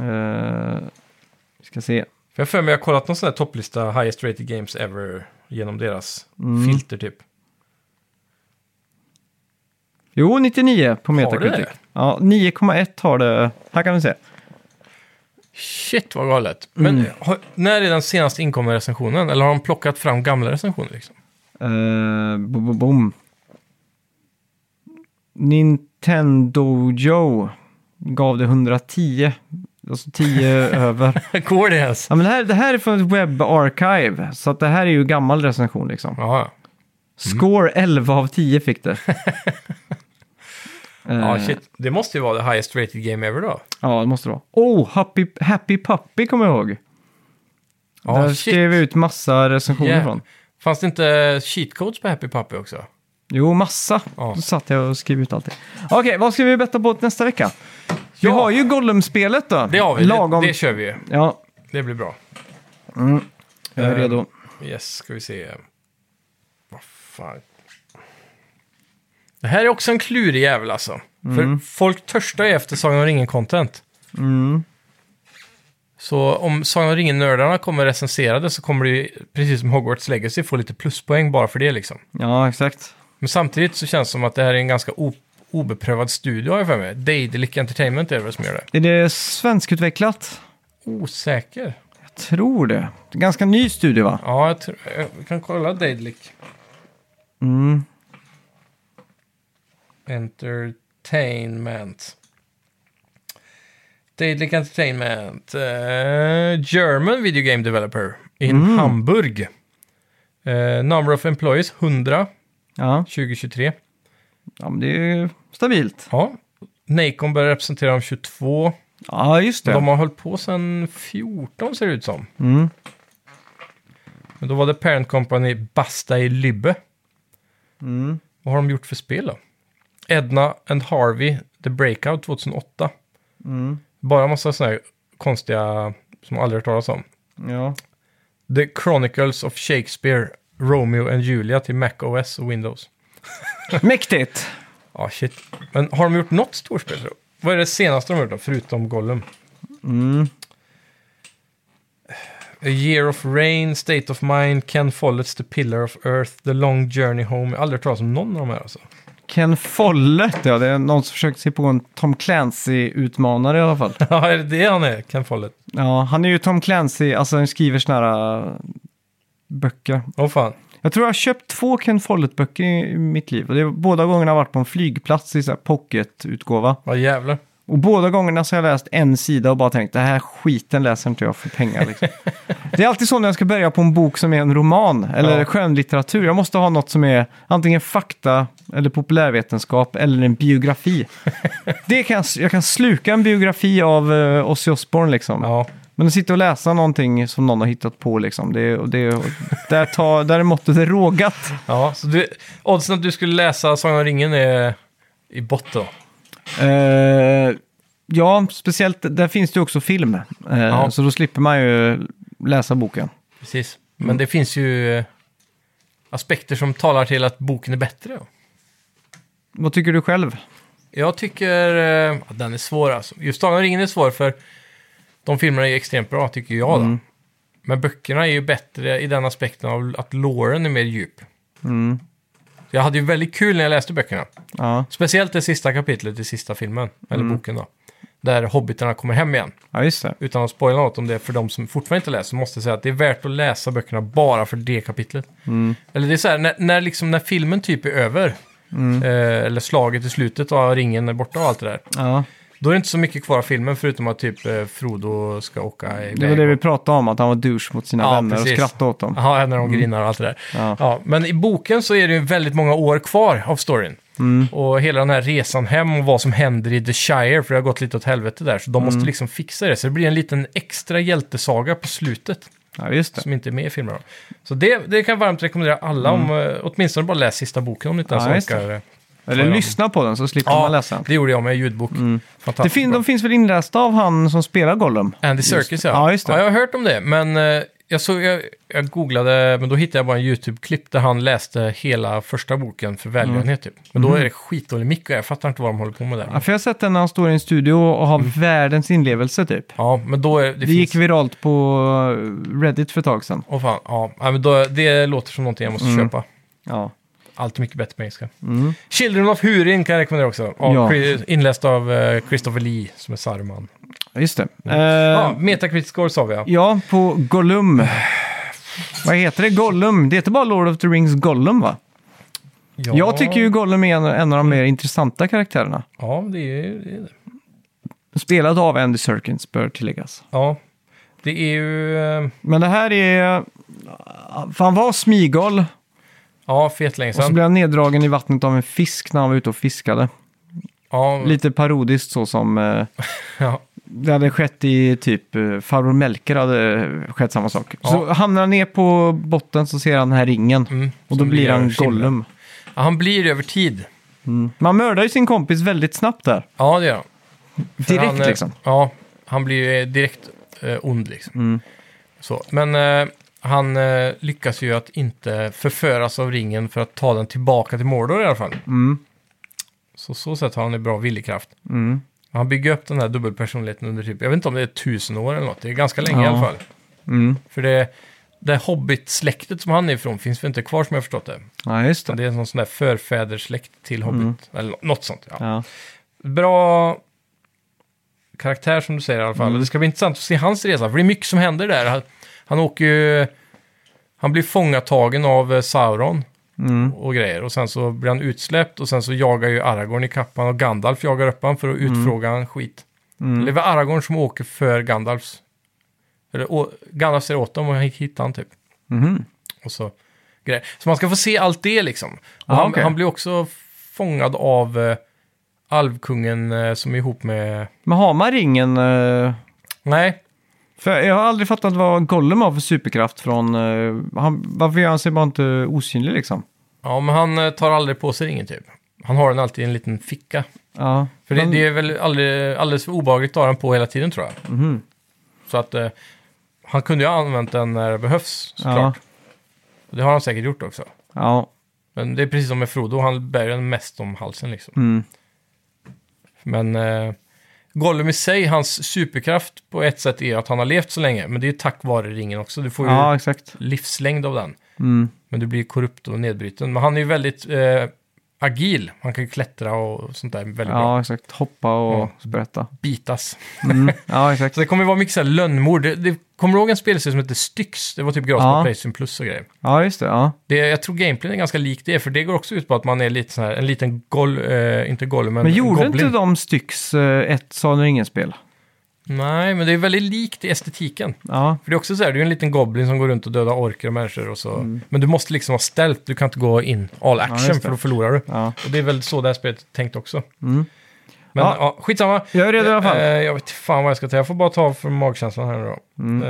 Vi ska se. För jag för mig jag har kollat någon sån här topplista highest rated games ever genom deras filter typ. Jo, 99 på Metacritic. Har det? Ja, 9,1 har det. Här kan vi se. Shit vad galet. Men när är den senaste inkomna recensionen? Eller har de plockat fram gamla recensioner liksom? Boom. Nintendo Joe gav det 110. Alltså 10 över. Går det ens? Ja, men det här är från ett web archive. Så att det här är ju gammal recension liksom. Jaha. Score 11 av 10 fick det. Ja, shit. Det måste ju vara the highest rated game ever då. Ja, det måste det vara. Happy Puppy kommer jag ihåg. Där skrev vi ut massa recensioner från. Fanns det inte cheat codes på Happy Puppy också? Jo, massa. Då satt jag och skrev ut allting. Okej, vad ska vi betta på nästa vecka? Vi har ju Gollum-spelet då. Det har vi, lagom. det kör vi ju. Ja. Det blir bra. Jag är redo. Yes, ska vi se. Vad fan. Det här är också en klurig jävel alltså. För folk törstar ju efter Sagan om ringen-content. Så om Sagan om ringen-nördarna kommer recenserade så kommer det ju, precis som Hogwarts Legacy, få lite pluspoäng bara för det liksom. Ja, exakt. Men samtidigt så känns det som att det här är en ganska obeprövad studio, har jag för mig. Daedalic Entertainment är det väl som gör det. Är det svenskutvecklat? Osäker. Jag tror det. Det är ganska ny studio, va? Ja, jag kan kolla Daedalic. Entertainment. Daedalic Entertainment. German video game developer in Hamburg. Number of employees 100 Ja. 2023. Ja, men det är ju stabilt. Ja. Nacon börjar representera om 22. Ja, just det. De har hållit på sedan 14 ser det ut som. Men då var det Parent Company Basta i Lübbe. Vad har de gjort för spel då? Edna and Harvey, The Breakout 2008. Bara en massa sådana här konstiga som man aldrig hört talas om. Ja. The Chronicles of Shakespeare, Romeo and Julia till Mac OS och Windows. Mäktigt! Ja, shit. Men har de gjort något storspel då? Vad är det senaste de har gjort då, förutom Gollum? A Year of Rain, State of Mind, Ken Follett's The Pillar of Earth, The Long Journey Home. Jag har aldrig hört talas om någon av de här alltså. Ken Follett, ja. Det är någon som försöker se på en Tom Clancy-utmanare i alla fall. Ja, är det han är, Ken Follett? Ja, han är ju Tom Clancy, alltså han skriver såna här böcker. Åh fan. Jag tror jag har köpt 2 Ken Follett-böcker i mitt liv. Och det är, båda gångerna har varit på en flygplats i så här pocket-utgåva. Vad jävlar. Och båda gångerna så har jag läst en sida och bara tänkt, det här skiten läser inte jag för pengar. Liksom. Det är alltid så när jag ska börja på en bok som är en roman eller skönlitteratur. Jag måste ha något som är antingen fakta eller populärvetenskap eller en biografi. Jag kan sluka en biografi av Ozzy Osbourne liksom. Ja. Men att sitta och läsa någonting som någon har hittat på liksom, där är måttet rågat. Ja, så oddsen att du skulle läsa Sagan om ringen är i botten. Ja, speciellt där finns det också film. Så då slipper man ju läsa boken. Precis. Men det finns ju aspekter som talar till att boken är bättre. Vad tycker du själv? Jag tycker att den är svår alltså. Just Sagan om ringen är svår för de filmerna är extremt bra tycker jag då. Men böckerna är ju bättre i den aspekten av att loren är mer djup. Jag hade ju väldigt kul när jag läste böckerna. Ja. Speciellt det sista kapitlet i sista filmen, eller boken då. Där hobbitarna kommer hem igen. Ja, just det. Utan att spoila något om det för de som fortfarande inte läser, så måste jag säga att det är värt att läsa böckerna bara för det kapitlet. Eller det är så här, när filmen typ är över, eller slaget i slutet och ringen är borta och allt det där. Ja. Då är det inte så mycket kvar av filmen förutom att typ Frodo ska åka iväg. Det var det vi pratade om, att han var douche mot sina vänner precis. och skrattade åt dem. Ja, när de grinar och allt det där. Ja, men i boken så är det ju väldigt många år kvar av storyn. Och hela den här resan hem och vad som händer i The Shire, för det har gått lite åt helvete där. Så de måste liksom fixa det. Så det blir en liten extra hjältesaga på slutet. Ja, just det. Som inte är med i filmen. Så det kan jag varmt rekommendera alla om åtminstone bara läs sista boken om ni inte ens orkar. Eller lyssna på den så slipper man läsa den. Det gjorde jag med ljudbok. Fantastiskt de finns väl inlästa av han som spelar Gollum? Andy Serkis, Ja, just det. Ja, jag har hört om det, men jag googlade, men då hittade jag bara en YouTube-klipp där han läste hela första boken för välgörenhet typ. Men då är det skitdålig mick och jag fattar inte vad de håller på med där. Ja, för jag har sett den när han står i en studio och har världens inlevelse typ. Ja, men då är det gick viralt på Reddit för ett tag sedan. Åh fan, ja, men då, det låter som någonting jag måste köpa. Ja. Allt mycket bättre på engelska. Children of Hurin kan jag rekommendera också. Inläst av Christopher Lee som är Saruman. Just det. Metacritic score sa vi Ja, på Gollum. Vad heter det? Gollum. Det heter bara Lord of the Rings Gollum, va? Ja. Jag tycker ju Gollum är en av de mer intressanta karaktärerna. Ja, det är det. Spelad av Andy Serkis, bör tilläggas. Ja, det är ju... Men det här är... Han var Smigol. Ja, fet länge sedan. Och så blev han neddragen i vattnet av en fisk när han var ute och fiskade. Ja. Lite parodiskt så som... Ja. Det hade skett i typ Farbror Melker hade skett samma sak. Ja. Så hamnar han ner på botten så ser han den här ringen. Och då blir han Gollum. Ja, han blir över tid. Man mördar ju sin kompis väldigt snabbt där. Ja, det gör han. Direkt liksom. Ja, han blir ju direkt ond liksom. Så. Men han lyckas ju att inte förföras av ringen för att ta den tillbaka till Mordor i alla fall. Så sätt har han en bra viljekraft. Mm. Han bygger upp den här dubbelpersonligheten under typ, jag vet inte om det är 1000 år eller något. Det är ganska länge i alla fall. Mm. För det Hobbit-släktet som han är ifrån finns väl inte kvar som jag förstått det. Ja, just det. Det är en sån där förfädersläkt till Hobbit. Eller något sånt. Ja. Ja. Bra karaktär som du säger i alla fall. Och det ska bli intressant att se hans resa. För det är mycket som händer där. Han åker ju... Han blir fångatagen av Sauron och grejer. Och sen så blir han utsläppt och sen så jagar ju Aragorn i kappan och Gandalf jagar upp han för att utfråga han skit. Eller det var Aragorn som åker för Gandalfs. Eller Gandalf ser åt dem och hittar han typ. Och så grejer. Så man ska få se allt det liksom. Och han blir också fångad av alvkungen som är ihop med... Men har man ringen... Nej. För jag har aldrig fattat vad Gollum har för superkraft från... varför gör han sig bara inte osynlig liksom? Ja, men han tar aldrig på sig ringen typ. Han har den alltid i en liten ficka. Ja. För det är väl alldeles för obehagligt att ha den på hela tiden tror jag. Så att han kunde ju ha använt den när det behövs såklart. Och det har han säkert gjort också. Ja. Men det är precis som med Frodo, han bär den mest om halsen liksom. Men Gollum i sig, hans superkraft på ett sätt är att han har levt så länge. Men det är ju tack vare ringen också. Du får ju exakt. livslängd av den. Men du blir korrupt och nedbruten. Men han är ju väldigt agil. Han kan ju klättra och sånt där väldigt bra. Ja, exakt. Hoppa och sprätta. Bitas. Ja, exakt. Så det kommer vara mycket så här lönnmord. Kommer du ihåg en spelserie som heter Styx? Det var typ gratis på PlayStation Plus och grejer. Ja, just det. Ja. Jag tror gameplayen är ganska lik det, för det går också ut på att man är lite så här, en liten inte Gollum, men gjorde goblin. inte de Styx ett Sagan om ringen-spel? Nej, men det är väldigt likt i estetiken. Ja. För det är också så här, du är en liten goblin som går runt och dödar orker och människor och så. Men du måste liksom ha stealth, du kan inte gå in all action för då förlorar du. Ja. Och det är väl så det här spelet är tänkt också. Men ja, skitsamma. Jag är redo i alla fall. Jag vet fan vad jag ska ta. Jag får bara ta för magkänslan här nu då.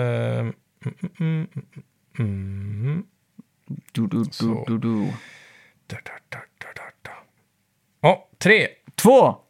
Du. Ja, 3, 2. 1.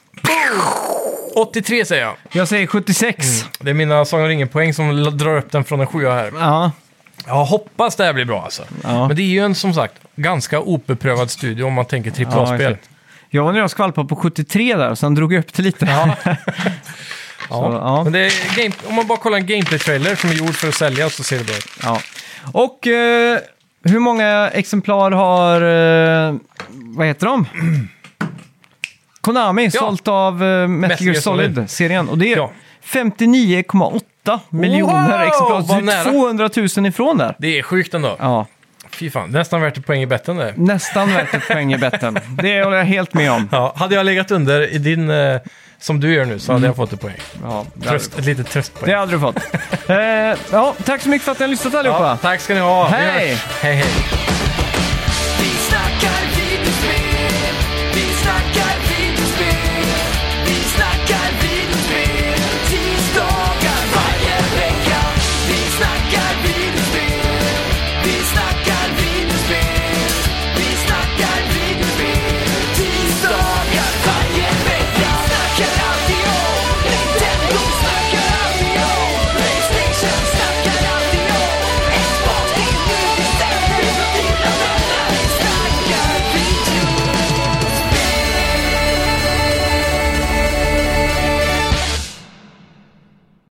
83 säger jag. Jag säger 76. Det är mina Sagan om ringen-poäng som drar upp den från en 7 här. Ja. Jag hoppas det här blir bra alltså. Ja. Men det är ju en, som sagt, ganska obeprövad studio om man tänker AAA-spel. Exakt. Jag var när jag skvalpade på 73 där, och sen drog jag upp det lite. Ja. Så, Men det är om man bara kollar en gameplay-trailer som är gjord för att sälja så ser det bra ut. Ja. Och hur många exemplar har, vad heter de? Konami sålt av Metal Gear Solid-serien. Och det är 59,8 miljoner exemplar. Så det är 200 000 ifrån där. Det är sjukt ändå. Ja. Fy fan, nästan värt ett poäng i betten där. Nästan värt ett poäng i betten. Det håller jag helt med om. Ja, hade jag legat under i din, som du gör nu, så hade jag fått ett poäng. Ja, Ett litet tröstpoäng. det hade du fått. Tack så mycket för att ni har lyssnat allihopa. Tack ska ni ha. Hej! Hej, hej.